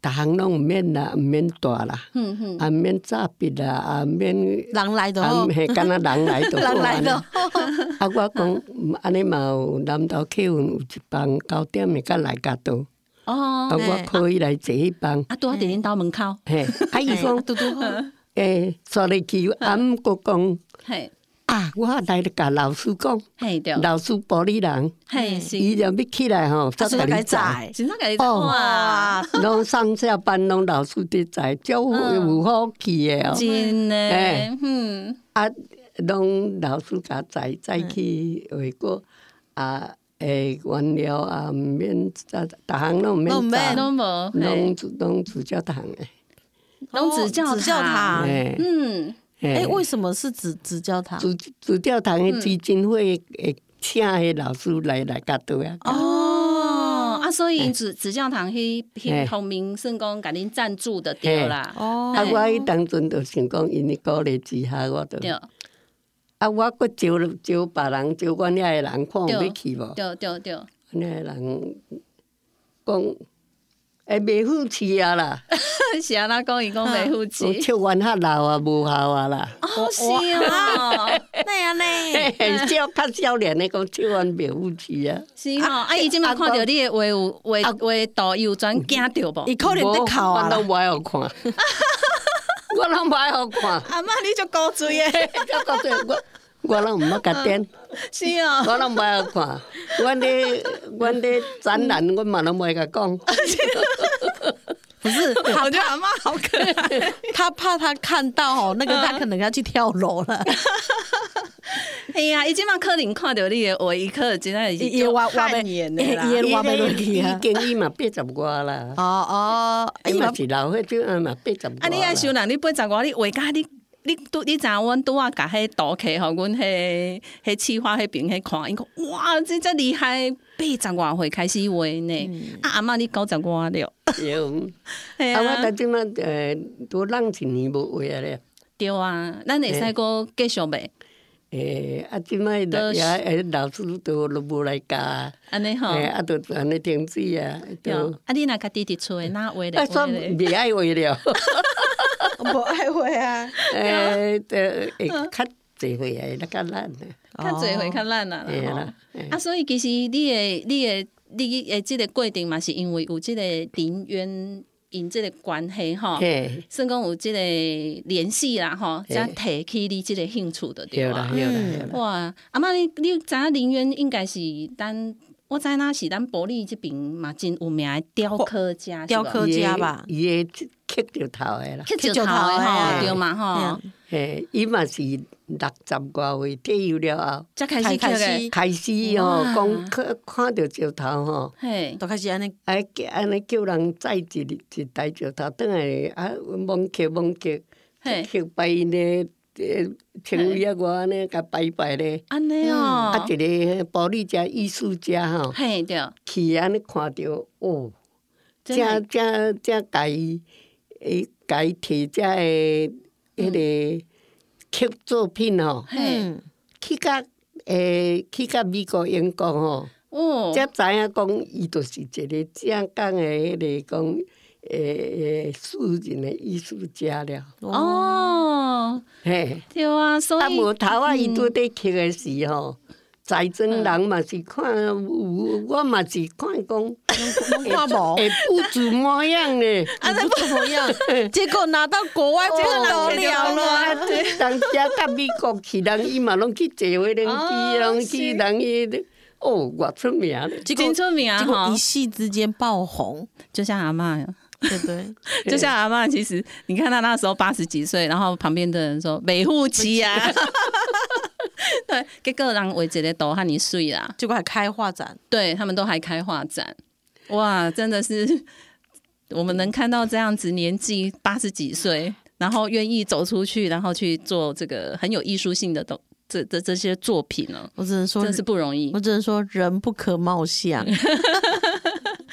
逐项拢毋免啦，毋免大啦，嗯嗯，啊毋免炸笔啦，啊毋免人来就啊好， 嘿，敢若人来就好人来就好。 啊，我讲安尼嘛有南投客运有一班九点的，甲来甲倒， 哦啊，我可以来坐迄班。 啊，拄啊伫恁兜门口， 嘿，啊，伊讲嘟嘟好， 诶，坐入去，啊，毋过讲嘿， 啊，我来甲老师讲， 嘿对， 老师玻璃人， 嘿是， 伊若要起来吼，才甲你载。 在真正甲你哦哇， 拢上下班拢老师伫载，足有好气的哦。 真诶嘿， 嗯， 啊，拢老师甲载载去话过啊，诶，原料啊，毋免逐项拢毋免炸， 都无， 拢拢主教堂诶。 拢指教指教堂。 诶， 嗯， 哎，为什么是指指教堂？ 主主教堂诶基金会会请迄老师来来甲倒啊。 哦，啊，所以因指指教堂迄迄方面算讲甲恁赞助的对啦， 哦啊，我迄当阵就想讲，因为鼓励之下，我就对啊，我搁招招别人，招阮遐诶人看有要去无？ 对对对， 阮遐诶人讲，会袂付气啊啦， 是啊，那讲伊讲袂负讲责， 唱完较老啊，无效啊啦。 哦是哦， 那样呢？ 少较少年诶，讲唱完袂付气啊。 是吼，啊伊即马看到你诶话有话话度有转惊着无？ 伊可能在哭啊我拢无爱互看，我拢无爱互看， 阿妈你就高追诶， 我讲对我我拢毋捌甲点。 是哦， 我拢无爱看，阮咧阮咧展览，阮嘛拢无甲讲。 不是，他我觉得阿妈好可爱。 他怕他看到哦，那个他可能要去跳楼了。 哎呀，伊即马可能看到你的话，伊可能真的已经伊话话汗颜的啦。 伊伊话要落去啊已经伊嘛八十外啦， 哦哦， 伊嘛是老岁仔嘛八十外。 啊，你爱想人，你八十外，你话甲你。你拄你知影，阮拄啊，甲迄图客吼，阮迄迄市花迄边迄看，伊讲哇，这遮厉害，八十外岁开始画呢。啊，阿嬷你九十外了， 对， 系啊，我啊， 当即马诶，都人一年无画啊咧。 对啊，咱会使个继续袂？ 诶，啊，即摆也诶老师都都无来教， 安尼吼， 诶，啊，都安尼停止啊， 对。 都啊，你若家己伫厝诶，哪画咧？ 啊，煞袂爱画了。 不爱会啊。 诶，都会较侪岁诶，那较懒诶。 较侪会较懒啊嘿啦啦吼。啊，所以其实你诶、你诶、你诶，即个过程嘛，是因为有即个林渊因即个关系吼， 嘿， 算讲有即个联系啦吼，才提起你即个兴趣的对吧？ 对啦，对啦，对啦。 哇，阿嬷你你知影林渊应该是咱，我知影是咱保利即边嘛真有名诶雕刻家， 雕刻家吧， 伊诶刻着头诶啦。 刻石头诶吼，对嘛吼， 嘿，伊嘛是六十外岁退休了后， 才开始刻诶， 开始吼讲看看着石头吼， 嘿， 都开始安尼。 哎，安尼叫人载一一台石头转来，啊，蒙刻蒙刻， 嘿， 刻摆因咧，清理啊我安尼甲摆摆咧。 安尼哦， 啊，一个保利家艺术家吼， 嘿对， 去安尼看着哦，正正正家己诶，家己摕遮诶迄个刻作品吼， 嘿， 去甲诶去甲美国英国吼， 哦， 才知影讲伊就是一个正港诶迄个讲诶诶私人诶艺术家了。 哦， 嘿， 对啊，所啊以无头啊，伊拄伫刻诶时吼。在真人嘛是看，有我嘛是看讲， 看无会不怎么样呢？ 啊，那怎么样？结果拿到国外不得了了。 人家到美国去，人伊嘛拢去坐飞轮机，拢去人伊哦，偌出名咧。 真出名结果哈一，夕之间爆红， 就像阿嬷， 对对， 就像阿嬷，其实你看她那时候八十几岁，然后旁边的人说美户期啊，对，结果人画一个图和你水啦， 结果还开画展， 对他们都还开画展，哇，真的是我们能看到这样子年纪八十几岁，然后愿意走出去，然后去做这个很有艺术性的东这这这些作品呢， 我只能说真的是不容易我。只能说人不可貌相。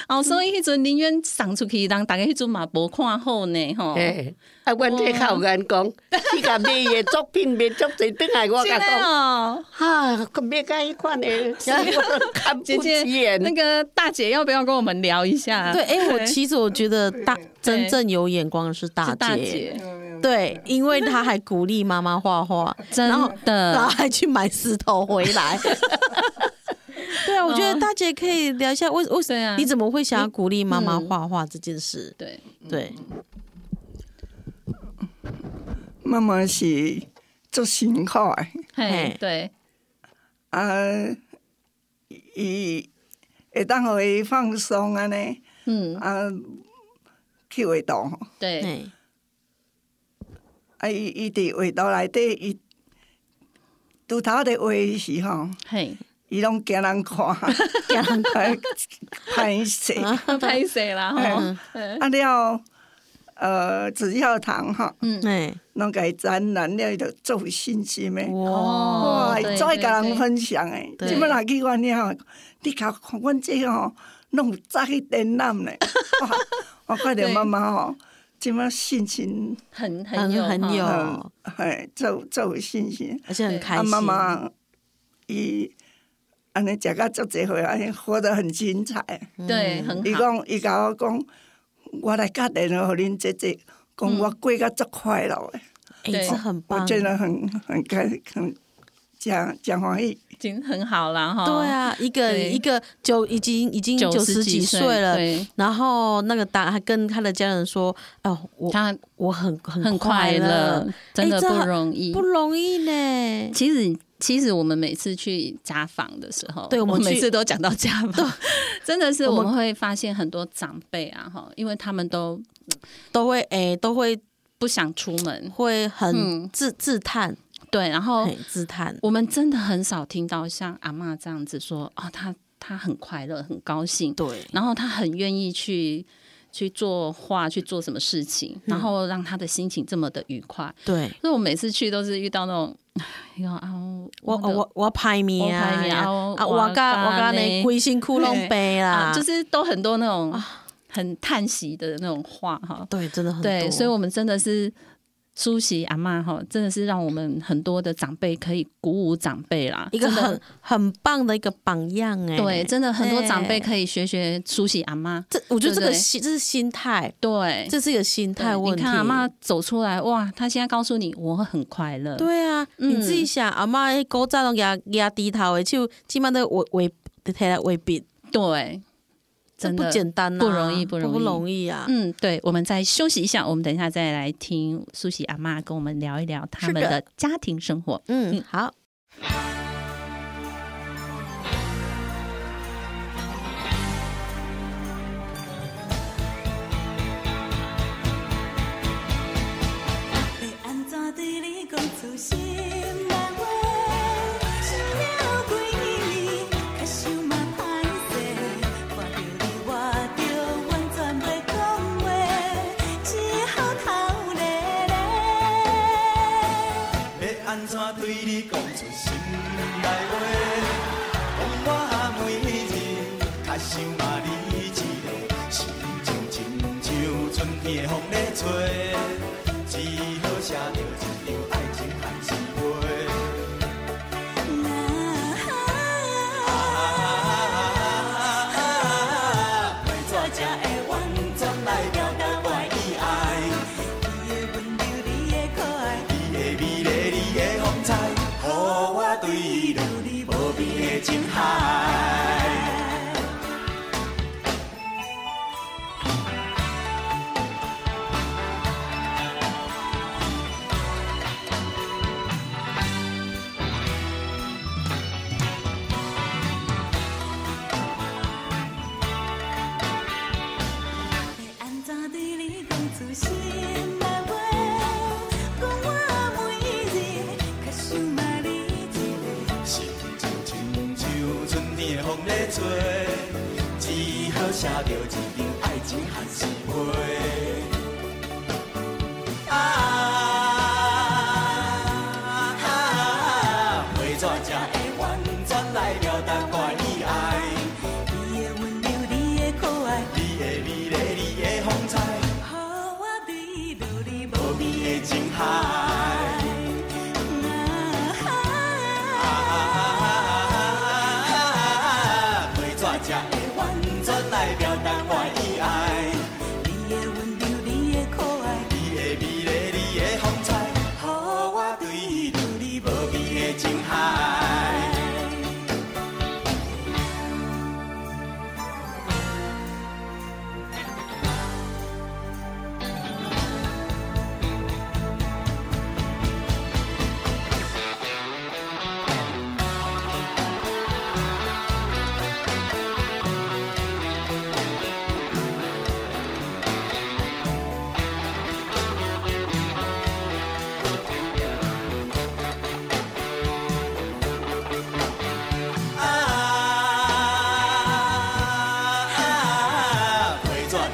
哦，所以迄阵林渊送出去，人大家迄阵嘛无看好呢，吼。 哎，啊，阮这较有眼光，你甲买伊的作品买足侪转来，我甲讲， 哦， 哈，买甲迄款的，我看不姐姐起眼。 那个大姐要不要跟我们聊一下？ 对，哎、我其实我觉得大真正有眼光的是大姐， 是大姐对，因为她还鼓励妈妈画画， 真然后的， 然后还去买石头回来。对啊，我觉得大姐可以聊一下，为为什么你怎么会想要鼓励妈妈画画这件事？ 对对， 妈妈是做辛苦的， 嘿，对， 啊，伊会当互伊放松安尼， 嗯， 啊，去画图吼， 对， 啊，伊伊伫画图内底，伊拄头伫画时吼， 嘿， 伊拢惊人看，惊人看，歹势， 歹势啦吼， 啊了。呃，只要糖哈， 嗯， 哎， 拢甲伊展览了，伊就做有信心诶。 哇， 哇，伊总爱甲人分享诶。即摆若去阮遐，你甲看阮这吼，拢有早去展览咧。哇，我看着妈妈吼，即摆信心很很有很有， 嘿，做做有信心， 而且很开啊， 心。 妈妈伊安尼食甲足侪岁，安尼活得很精彩。 对，很好。 伊讲，伊甲我讲。我来打电话给恁姐姐，讲我过得足快乐的， 哎，这很棒， 我真的很很开很讲讲欢喜， 已经很好了哈。 对啊，一个一个九已经已经九十几岁了，然后那个打还跟他的家人说，哦，我他我很很很快乐，真的不容易， 不容易呢。 其实。其实我们每次去家访的时候， 对我们每次都讲到家访，真的是我们会发现很多长辈啊，哈，因为他们都都会诶、欸、都会不想出门， 会很自、嗯、自叹， 对，然后自叹。 我们真的很少听到像阿嬷这样子说，哦，他他很快乐，很高兴， 对， 然后他很愿意去。去做画，去做什么事情，然后让他的心情这么的愉快。 对， 所以我每次去都是遇到那种，啊， 我我我拍面啊， 啊， 我甲我甲那规身躯拢白啦， 就是都很多那种很叹息的那种话哈。 对，真的很多。 对，所以我们真的是。苏喜阿嬷哈，真的是让我们很多的长辈可以鼓舞长辈啦， 一个很很棒的一个榜样哎。 对，真的很多长辈可以学学苏喜阿嬷。 这我觉得这个心这是心态， 对， 这是一个心态问题。 你看阿嬷走出来，哇，她现在告诉你我很快乐。 对啊，嗯、你自己想，阿嬷迄古早拢压压低头的手，起码都画画摕来画笔。 对。 真的不简单、啊， 不容易，不容易， 不容易啊！ 嗯，对，我们再休息一下，我们等一下再来听苏喜阿嬷跟我们聊一聊他们的家庭生活。 嗯，好。 安怎对你讲出心内话？讲我每日较想嘛你一个，心情亲像春天的风在吹，只好写着一张爱情寒诗话。要怎才会完全来表达我的爱？你的温柔，你的可爱，你的美丽。风采，予我对伊流你无边的情海。要安怎对你讲出心内话？讲我每日。想嘛你一个，心情亲像春天的风在吹，只好写着一张爱情寒诗话。啊，要怎才会完全来表达我的爱？你的温柔，你的可爱，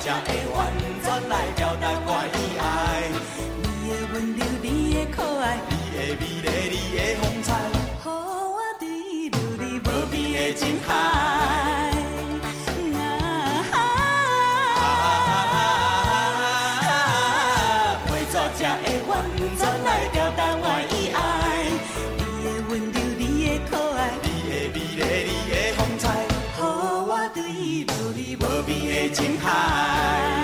才会完全来表达我的爱。你的温柔，你的可爱，你的美丽，你的风采，予我对流你无边的情海。为做才会完全来表达我的爱。你的温柔，你的可爱，你的美丽，你的风采，予我对流你无边的情海。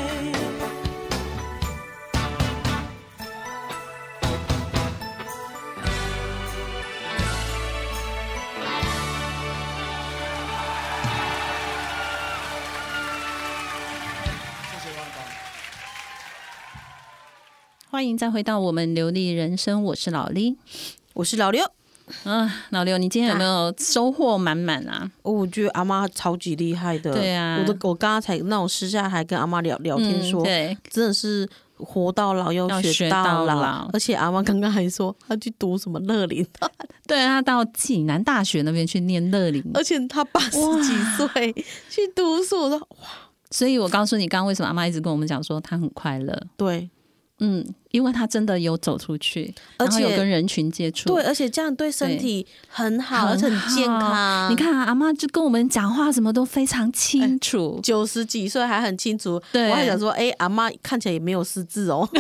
欢迎再回到我们流利人生，我是老李， 我是老刘。 啊，老刘，你今天有没有收获满满啊？ 我觉得阿妈超级厉害的。 对啊， 我的我刚刚才那种私下还跟阿妈聊聊天说， 嗯、对， 真的是活到老要学到老。老而且阿妈刚刚还说她去读什么乐龄， 对，她到济南大学那边去念乐龄， 而且她八十几岁去读书，我说哇！ 所以我告诉你，刚刚为什么阿妈一直跟我们讲说她很快乐？ 对。 嗯，因为他真的有走出去， 而且然后有跟人群接触， 对，而且这样对身体很好，而且很健康。 你看、啊、阿妈就跟我们讲话，什么都非常清楚， 九、欸、十几岁还很清楚。 对， 我还想说，哎、欸，阿妈看起来也没有失智哦。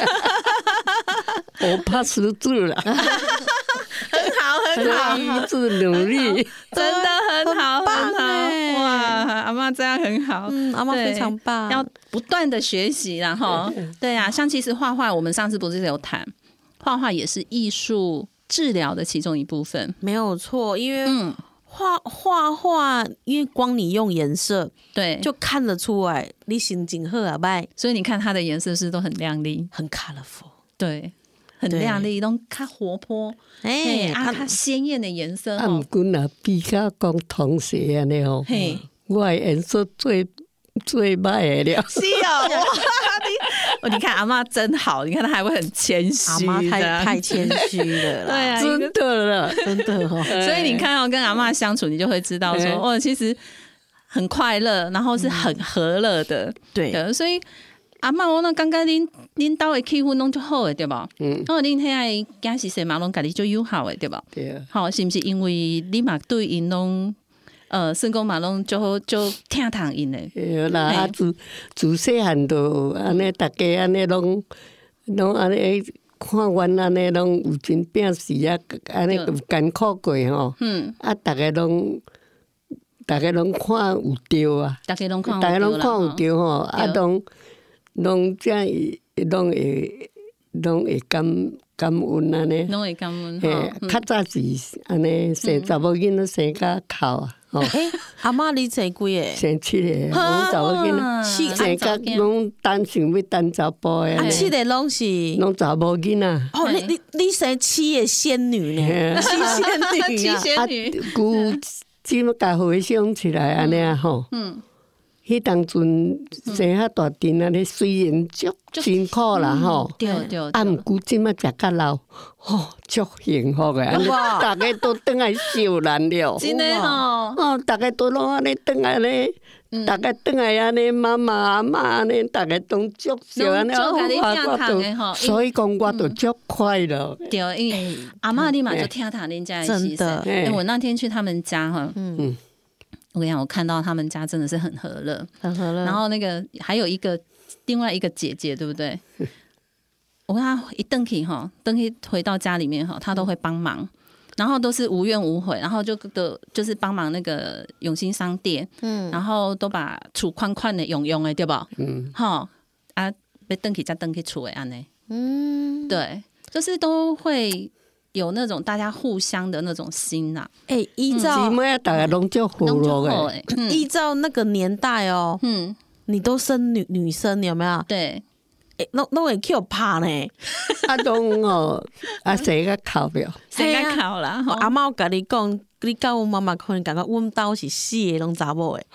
我怕失智了。 很好，很好， 一直努力， 真的很好， 很棒很好哇！阿嬷这样很好， 嗯，阿嬷非常棒， 要不断的学习，然后对啊，像其实画画，我们上次不是有谈，画画也是艺术治疗的其中一部分， 没有错，因为画画画，因为光你用颜色， 对， 就看得出来你心情好啊歹， 所以你看它的颜色是都很亮丽， 很 colorful， 对。很亮丽，都较活泼，哎，啊，较鲜艳的颜色。 啊，毋过若比较讲同时安尼吼，我的颜色最最歹的了。 是哦，哇，你你看阿嬷真好，你看她还会很谦虚， 阿嬷太太谦虚了啦， 对啊， 真的了， 真的哦。 所以你看哦，跟阿嬷相处，你就会知道说，哦，其实很快乐，然后是很和乐的， 对， 所以。阿嬷，我那感觉恁恁兜的气氛拢足好诶，对无？嗯，哦，恁遐个囝是谁嘛，拢家己足友好诶，对无？ 对啊。 好，是毋是因为你嘛对因拢呃，算讲嘛拢足好足疼痛因诶？ 对啦，啊自自细汉都安尼，大家安尼拢拢安尼看阮安尼拢有真拼死啊，安尼艰苦过吼。嗯。啊，大家拢。大家拢看有对啊， 大家拢看， 大家拢看有对吼，啊，拢。拢这样拢会拢会感感恩安尼， 拢会感恩。 嘿，较早是安尼生查某囡仔生甲哭啊，吼。 诶，阿嬷你生几个？ 生七个，拢查某囡仔，生甲拢单想要单查甫诶。 啊，七个拢是拢查某囡仔。 哦，你你你生七个仙女呢？七仙女， 七仙女。 啊，古即么甲回想起来安尼啊，吼。嗯。迄当阵生遐大阵啊，咧虽然足辛苦啦吼， 对对， 啊，毋过即摆食甲老，吼，足幸福诶！大家都倒来笑咱了， 真诶吼， 哦，大家都拢安尼倒来咧，大家倒来安尼，妈妈阿嬷安尼，大家都足笑安尼，我所以讲我都足快乐。 对，因为阿嬷你嘛就听他恁家真的， 哎，我那天去他们家哈，嗯。我跟你讲，我看到他们家真的是很和乐， 很和乐。 然后那个还有一个另外一个姐姐，对不对？我跟她一登去哈，登去回到家里面哈，她都会帮忙，然后都是无怨无悔，然后就都就是帮忙那个永兴商店，嗯，然后都把储款款的用用的，对吧？嗯，好啊，被登去再登去储的安尼，嗯，对，就是都会。有那种大家互相的那种心呐、啊， 哎、欸，依照今麦大家拢足好咯诶， 依照那个年代哦，嗯，你都生女女生有没有？ 对， 哎、欸，拢拢会去拍呢， 啊，拢哦，啊，生个哭了， 生个哭啦。 阿嬷有甲你讲，你甲阮妈妈可能感觉阮兜是四个拢查某诶。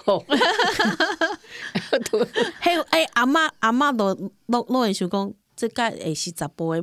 嘿，哎，阿嬷阿嬷都拢拢会想讲，这个会是查甫诶无？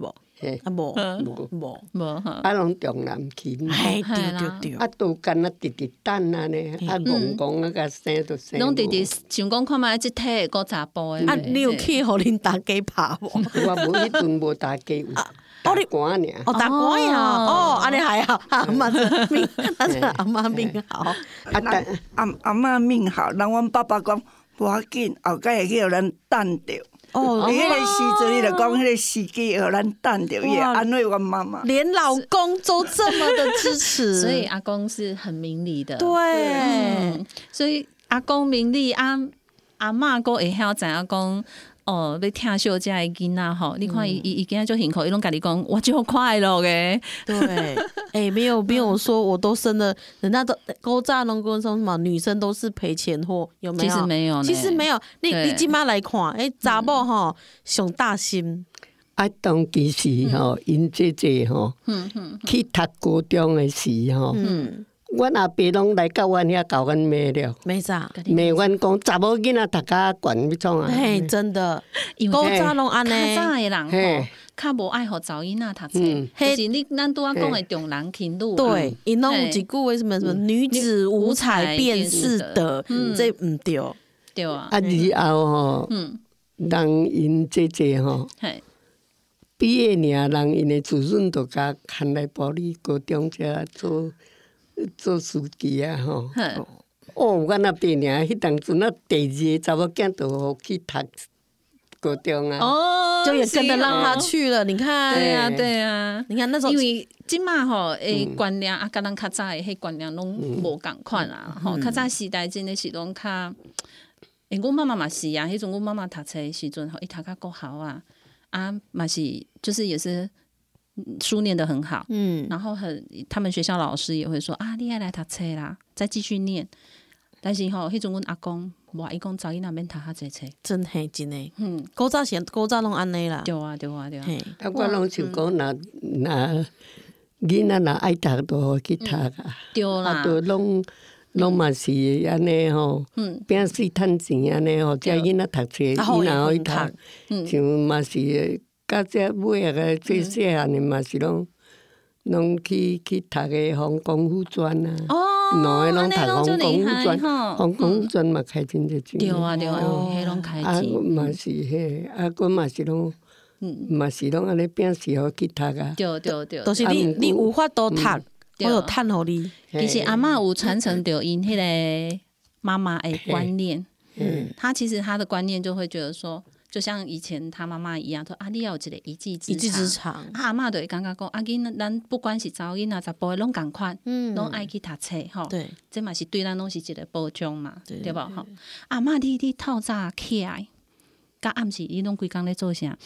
嘿， 啊无无无， 无哈， 啊，拢重男轻女， 哎， 嘿啦对对对， 啊，都干那直直等安尼，啊，戆戆啊，甲生都生无。 拢直直想讲看觅即体个查甫诶。 啊，你有去互恁大家拍无？ 我无迄阵无打机，有打官尔。 哦，打官呀，哦，安尼还好，阿妈命，那是阿妈命好。 啊，但阿阿嬷命好，人阮爸爸讲无要紧，后盖会去互咱等着。 哦， 伊迄个时阵，伊就讲迄个时机互咱等着，伊会安慰阮妈妈。 连老公都这么的支持， 所以阿公是很明理的。 对， 嗯，所以阿公明理，阿阿嬷个会晓知影讲。哦，要疼惜遮个囡仔吼，你看伊伊伊囡仔就辛苦，伊拢甲你讲，我就快乐诶。 对，哎，没有没有说我都生了，人家都古早拢讲说什么女生都是赔钱货，有没有？ 其实没有呢， 其实没有。你你今妈来看，哎，查某吼上大心。 啊，当其时吼，因姐姐吼，去读高中诶时吼。阮阿伯拢来到阮遐教阮骂了， 没啥， 骂阮讲查某囡仔读甲悬要创啊！ 嘿，真的， 因古早拢安尼， 较早诶人吼，较无爱互查某囡仔读册，就是你咱拄仔讲诶重男轻女。 对，因拢有一句话什么什么女子无才便是德，这毋对， 对啊。 啊，以后吼，人因姐姐吼，毕业尔，人因诶子孙都甲牵来保利高中遮做。做书记啊吼，哦，阮那边尔，迄当阵啊，第二个查某囝就互去读高中啊， 哦， 就也跟着让他去了。你看， 对啊，对啊， 你看那时候， 因为即马吼，诶，观念啊，甲咱较早诶迄观念拢无共款啊，吼，较早时代真诶是拢较，诶，阮妈妈嘛是啊，迄阵阮妈妈读册诶时阵吼，伊读到国校啊，啊嘛是，就是也是。书念得很好，嗯，然后很，他们学校老师也会说啊，你爱来读册啦，再继续念。但是吼，迄阵阮阿公无伊讲查囡仔免读遐济册， 真嘿真诶，嗯，古早先古早拢安尼啦， 对啊对啊对啊。 啊，我拢想讲，若若囡仔若爱读，都好去读啊， 对啦， 啊，都拢拢嘛是安尼吼，拼死趁钱安尼吼，遮囡仔读册，伊若爱读，像嘛是。到遮尾啊个最细汉的嘛是拢拢去去读个航空护专啊，两个拢读航空护专，航空护专嘛开真侪钱。 对啊对啊，迄拢开钱。 啊，嘛是迄，啊，阮嘛是拢，嘛是拢安尼拼死好去读啊。 对对对， 都是你你有法度读，我有趁互你。 其实阿嬷有传承着因迄个妈妈的观念，嗯，她其实她的观念就会觉得说。就像以前他妈妈一样，说啊，你要有一个一技之长。一技之长，阿嬷就会感觉讲，啊，囡咱不管是查某囡仔、查甫的，拢共款，拢爱去读册吼。对，这嘛是对咱拢是一个保障嘛，对无吼？阿嬷，你你透早起来，甲暗时你拢规工咧做啥？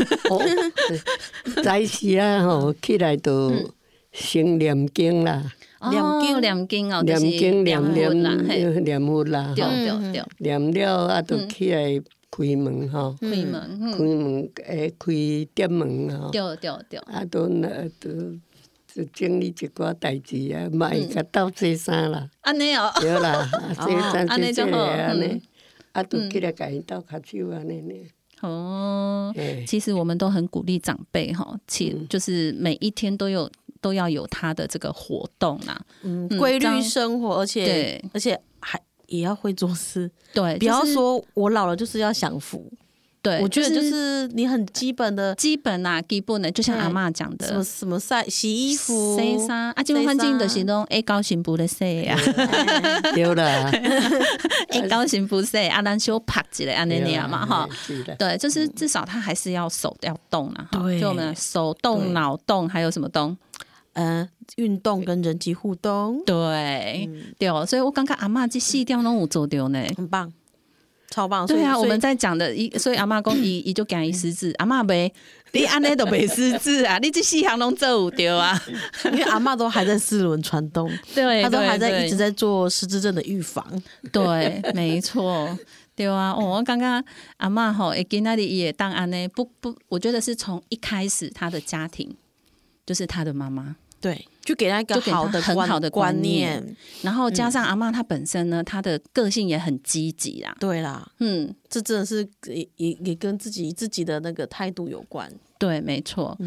早时啊吼，起来就先念经啦， 念经念经哦， 念经念念啦， 念佛啦， 对对对， 念了啊，就起来。开门吼， 开门， 开门诶，开店门吼， 对对对， 啊，都那都就整理一寡代志啊，嘛会甲斗洗衫啦， 安尼哦， 对啦，洗衫洗洗安尼，啊，都起来甲因斗骹手安尼呢。 哦，其实我们都很鼓励长辈哈，其就是每一天都有都要有他的这个活动啦， 嗯，规律生活，而且对，而且还。也要会做事， 对， 不要说我老了就是要享福， 对， 我觉得就是你很基本的、 基本啊，基本的，就像阿嬷讲的， 什么什么晒洗衣服、 洗衫啊，这个环境就是拢会高幸福的洗啊， 对啦， 会高幸福洗啊，咱小拍一个安尼样嘛哈，对，就是至少他还是要手要动啦，对，就我们手动、脑动，还有什么动？ 呃，运动跟人际互动， 对、嗯、对，所以我感觉阿嬷这四点拢有做到呢， 很棒，超棒。 对啊，我们在讲的，所以阿嬷讲伊伊就讲伊失智，阿嬷袂，你安尼都袂失智啊，你这四项拢做有对啊， 因为阿嬷都还在四轮传动， 对， 她都还在一直在做失智症的预防， 对，没错。对啊，哦，我刚刚阿嬷吼，会今仔日伊会当安尼，不不，我觉得是从一开始她的家庭。就是他的妈妈， 对，就给他一个好的很好的观念， 观念然后加上阿嬷她本身呢，她的个性也很积极啦， 对啦，嗯，这真的是也也也跟自己自己的那个态度有关， 对，没错，嗯，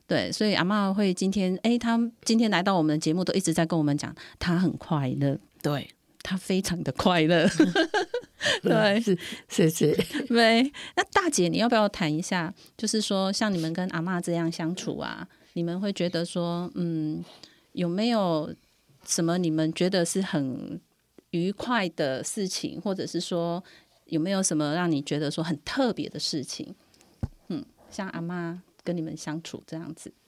对，所以阿嬷会今天，哎、欸，她今天来到我们的节目，都一直在跟我们讲，她很快乐， 对， 她非常的快乐。对， 是是是。 对，那大姐，你要不要谈一下？就是说，像你们跟阿嬷这样相处啊，你们会觉得说，嗯，有没有什么你们觉得是很愉快的事情，或者是说有没有什么让你觉得说很特别的事情？嗯，像阿嬷跟你们相处这样子，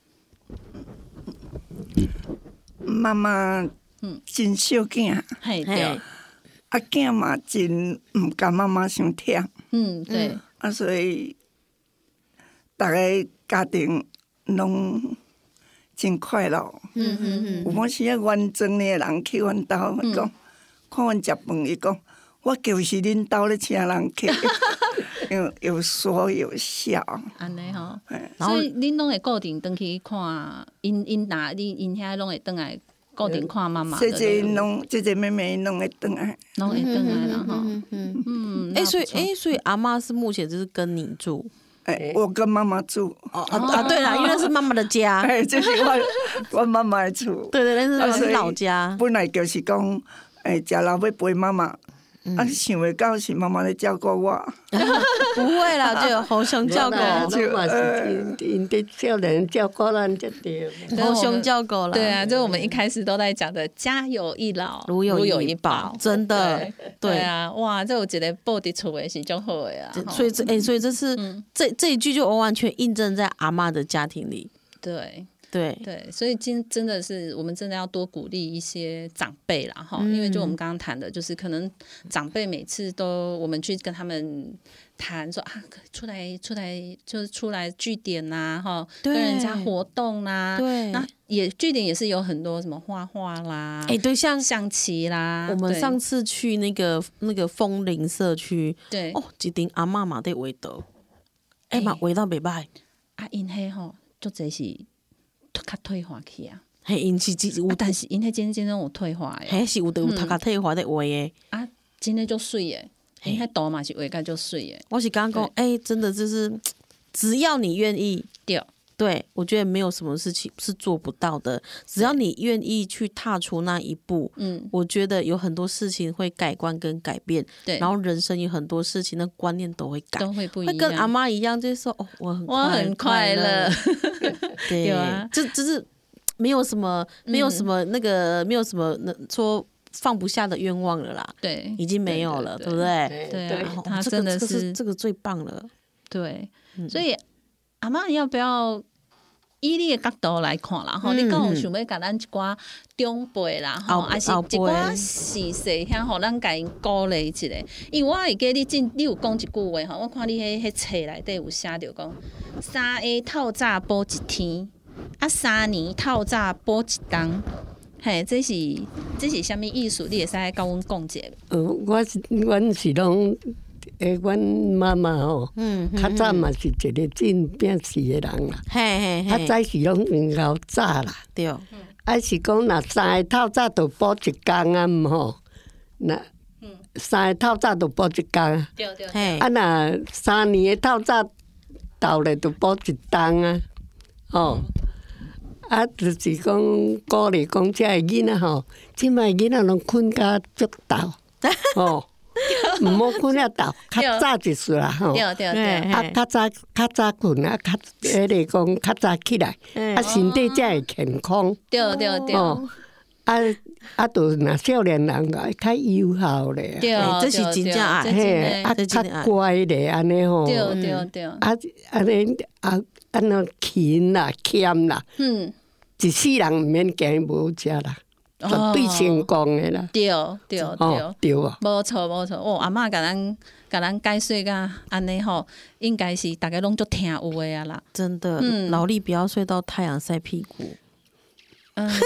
妈妈嗯真小囝， 嘿对， 啊囝嘛真唔甘妈妈伤忝， 嗯对， 啊所以大家家庭拢真快乐，嗯嗯嗯，有某时啊远庄的人去阮兜讲，看阮食饭，伊讲我就是恁兜咧请人去。有有说有笑， 安尼吼，所以恁拢会固定登去看，因因哪恁因遐拢会登来固定看妈妈。 姐姐拢姐姐妹妹拢会登来， 拢会登来啦吼。 嗯嗯，哎，所以哎，所以阿嬷是目前就是跟你住， 哎，我跟妈妈住。 哦啊，对啦，因为那是妈妈的家， 哎，这是我我妈妈的厝。 对对，那是老家。 本来就是讲，哎，食老要陪妈妈。啊！想袂到是妈妈咧照顾我， 不会啦，就互相照顾， 就嘛是因因少年照顾咱才对， 互相照顾啦。 对啊，就是我们一开始都在讲的“家有一老， 如有有一宝”， 真的， 对啊，哇，这我觉得报伫厝诶是种好诶啊。 所以这哎，所以这是这这一句就完完全印证在阿嬷的家庭里。 对。 对对，所以今真的是我们真的要多鼓励一些长辈啦哈，嗯、因为就我们刚刚谈的，就是可能长辈每次都我们去跟他们谈说啊，出来出来就是出来据点呐、啊、哈，跟人家活动啦、啊， 对， 那也据点也是有很多什么画画啦， 哎、欸，对，像象棋啦， 我们上次去那个那个枫林社区， 对哦，一顶阿嬷嘛在围道，哎嘛围到袂歹， 啊，因迄吼，足侪是。较退化去啊， 嘿，因是有、 啊，但是因迄真真种有退化诶， 嘿是有的有头壳退化在画诶， 啊，真诶足水诶，因迄图嘛是画甲足水诶。 我是刚刚讲，哎、欸，真的就是只要你愿意， 对， 对我觉得没有什么事情是做不到的，只要你愿意去踏出那一步，嗯，我觉得有很多事情会改观跟改变， 对， 然后人生有很多事情的观念都会改， 都会不一样， 会跟阿妈一样，就是说哦，我很我很快乐。 对，有啊，这这是没有什么，没有什么那个，嗯、没有什么说放不下的愿望了啦。 对， 已经没有了， 对, 对, 对, 对, 对, 对啊，他这真的是、 这个、这个最棒了。 对，嗯、所以阿嬷要不要以你的角度来看啦？吼、嗯，你讲有想要甲咱一寡长辈啦，吼，还是一寡时势遐吼，咱甲因鼓励一下。因为我会记你进，你有讲一句话吼，我看你迄迄册内底有写着讲，三下透早补一天，啊三年透早补一冬。嘿，这是这是啥物意思？你会使甲阮讲者？ 呃，我是阮是拢。诶，阮妈妈吼，嗯，较早嘛是一个真拼死诶人啦， 嘿嘿嘿， 较早是拢用熬早啦， 对， 啊是讲若三个透早就补一工啊，毋吼，若三个透早就补一工啊， 对对， 嘿， 啊若三年诶透早到咧就补一冬啊，吼，啊就是讲鼓励讲遮个囡仔吼，即摆囡仔拢困甲足昼，吼。毋好困了昼，较早就是啦吼。 对对对， 啊，较早较早困啊，较迄个讲较早起来，啊，身体才会健康。 对对对。 哦，啊啊，就若少年人个较友好咧。 对， 这是真正爱， 嘿，啊，较乖咧，安尼吼。 对对对。啊， 安尼啊，安那勤啦、俭啦，嗯，一世人毋免惊无食啦。绝对成功的啦！ 对对对， 哦、对啊， 无错无错。哦，阿嬷甲咱甲咱解说甲安尼吼，应该是大家拢足听有的啊啦。 真的，嗯、劳力不要睡到太阳晒屁股。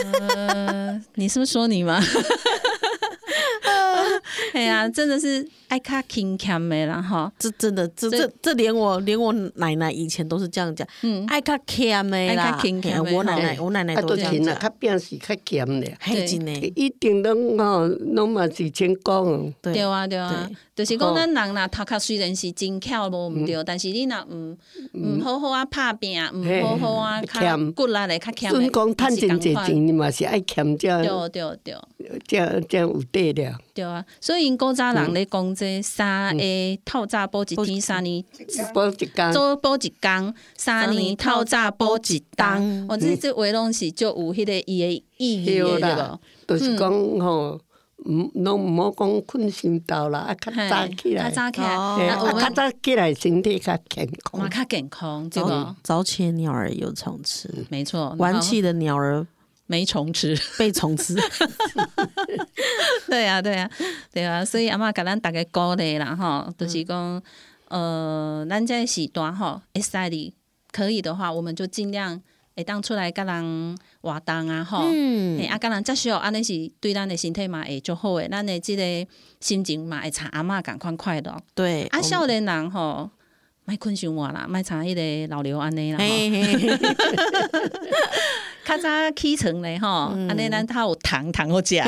呃， 你是不是说你吗？哎呀，真的是，哎爱较勤俭的啦哈。 这真的，这这这连我连我奶奶以前都是这样讲，嗯，爱较俭的啦， 爱较勤俭的我奶奶我奶奶啊， 都都是啦， 这样讲， 较变是较咸咧， 嘿真的， 一定拢吼，拢嘛是成功。 对啊对啊，就是讲咱人啦，头壳虽然是真巧无毋对，但是你若毋毋好好啊拍拼，毋好好啊较骨力咧较欠的， 准讲趁真侪钱，嘛是爱欠才对对对， 才才有底了。 对啊，所以因古早人咧讲这三个透早补一天，三年补一工， 做补一工，三年透早补一冬。哦，这这话拢是就有迄个伊的意义的，对无？ 就是讲吼。唔，拢毋好讲困心斗啦，啊，较早起来， 较早起来， 啊，较早起来身体较健康， 嘛较健康，对不？ 早起鸟儿有虫吃， 没错， 晚起的鸟儿没虫吃， 被虫吃。 对啊，对啊，对啊，所以阿嬷甲咱大家鼓励啦，吼，就是讲，呃，咱这时段吼，会使哩，可以的话，我们就尽量。会当出来甲人活动啊吼，嗯，啊甲人接触，安尼是对咱的身体嘛会足好诶，咱的即个心情嘛会像阿嬷共款快乐。 对， 啊少年人吼，莫困伤晚啦，莫像迄个老刘安尼啦。较早起床咧吼，安尼咱他有糖糖好食。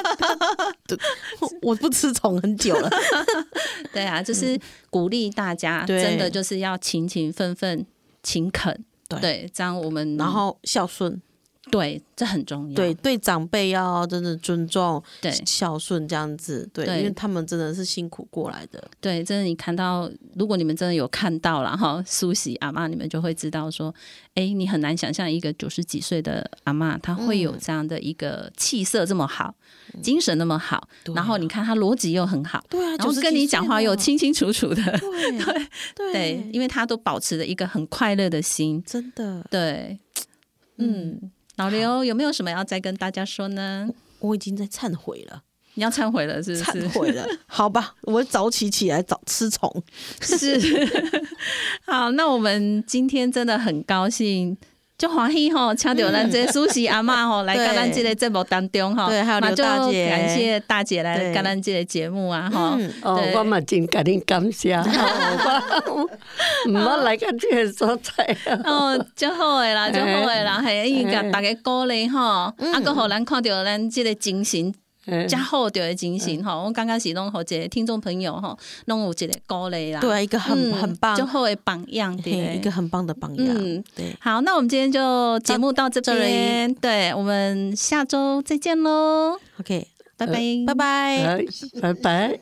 我不吃虫很久了。 对啊，就是鼓励大家，真的就是要勤勤奋奋、勤恳。对, 对，这样我们然后孝顺， 对，这很重要。 对，对长辈要真的尊重， 对， 孝顺这样子，对，对因为他们真的是辛苦过来的。 对，真的，你看到，如果你们真的有看到了哈，苏喜阿嬷，你们就会知道说，哎，你很难想象一个九十几岁的阿嬷，她会有这样的一个气色这么好，嗯、精神那么好，嗯、然后你看她逻辑又很好，对啊，然后跟你讲话又清清楚楚的，对对 对, 对，因为她都保持着一个很快乐的心， 真的， 对，嗯。嗯老刘有没有什么要再跟大家说呢？ 我已经在忏悔了， 你要忏悔了是不是？ 忏悔了，好吧，我早起起来早吃虫。 是，好，那我们今天真的很高兴。就欢喜吼，请到咱这苏喜阿嬷吼来跟咱这个节目当中吼， 对，还有刘大姐， 感谢大姐来跟咱这个节目啊吼。 哦，我嘛真甲恁感谢，我唔好来到这个所在啊。 哦，真好诶啦，真好诶啦，系伊甲大家鼓励吼，啊，佮互咱看到咱这个精神。加好着的精神吼，我刚刚是拢互一个听众朋友吼，拢有一个鼓励啦， 对，一个很、嗯、很棒、 就好的榜样，对， 一个很棒的榜样。 嗯， 对。 好，那我们今天就节目到这边，对，我们下周再见喽。 OK， 拜拜， 拜拜， 拜拜。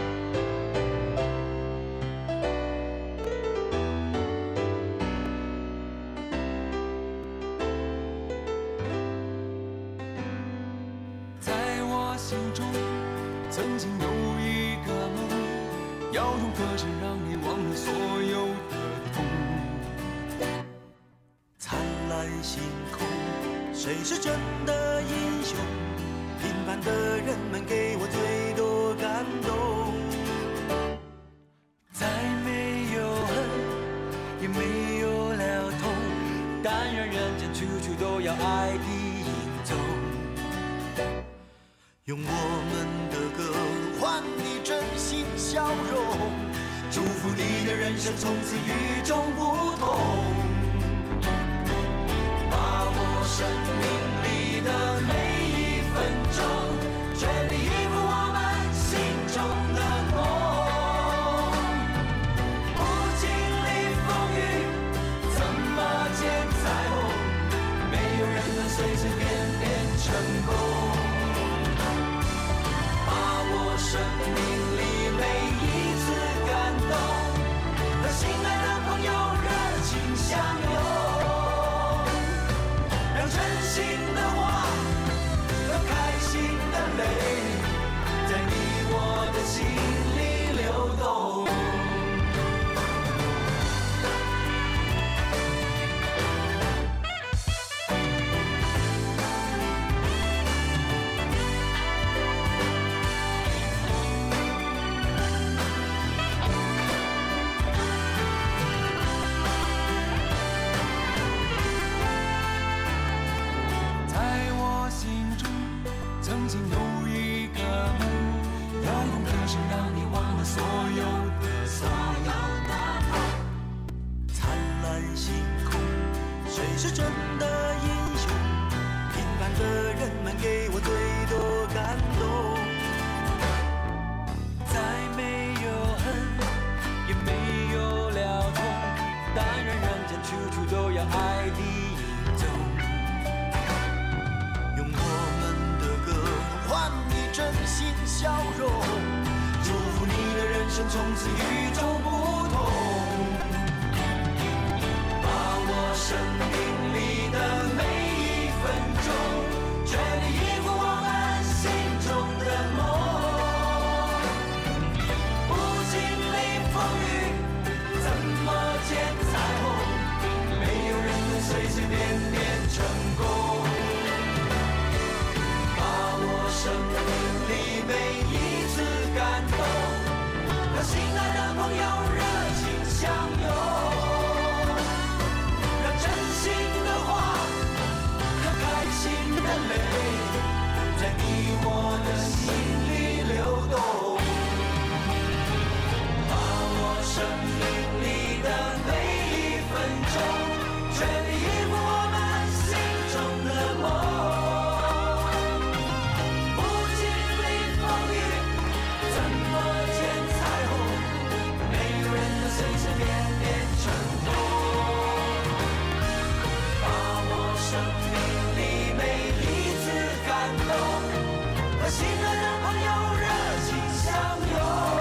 曾经有一个梦，要用歌声让你忘了所有的痛。灿烂星空，谁是真的英雄？平凡的人们给我最多感动。再没有恨，也没有了痛，但愿人间处处都有爱的影踪。用我们的歌换你真心笑容，祝福你的人生从此与众不同。把握生命里的每一分钟，全力以赴我们心中的梦。不经历风雨，怎么见彩虹？没有人能随随便便成功。生命里每一次感动，和心爱的朋友热情相拥，让真心的话和开心的泪，在你我的心里流动。曾经有一个梦，要用歌声让你忘了生从此与众不同。把握生命里的每一分钟，全力以赴我们心中的梦。不经历风雨，怎么见彩虹？没有人能随随便便成功。把握生命里每一次感动，和心爱的朋友热情相拥，让真心的话和开心的泪，在你我的心里流动。把握生命里的每一分钟，全力以赴我们心中的梦。不经历风雨，怎么见彩虹？没有人能随随便便成功。把握生命里每一次感动，和心爱的朋友热情相拥，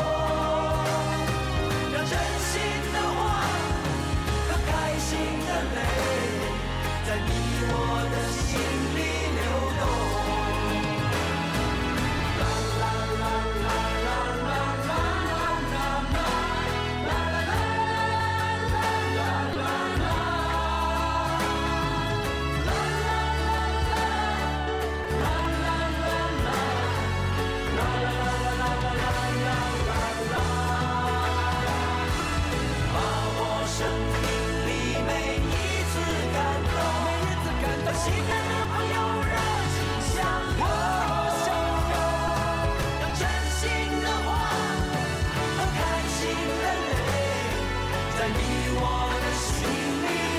让真心的话和开心的泪，在你我的心里流动。把握生命里每一次感动，和心爱的朋友热情相拥，让真心的话和开心的泪，在你我的心里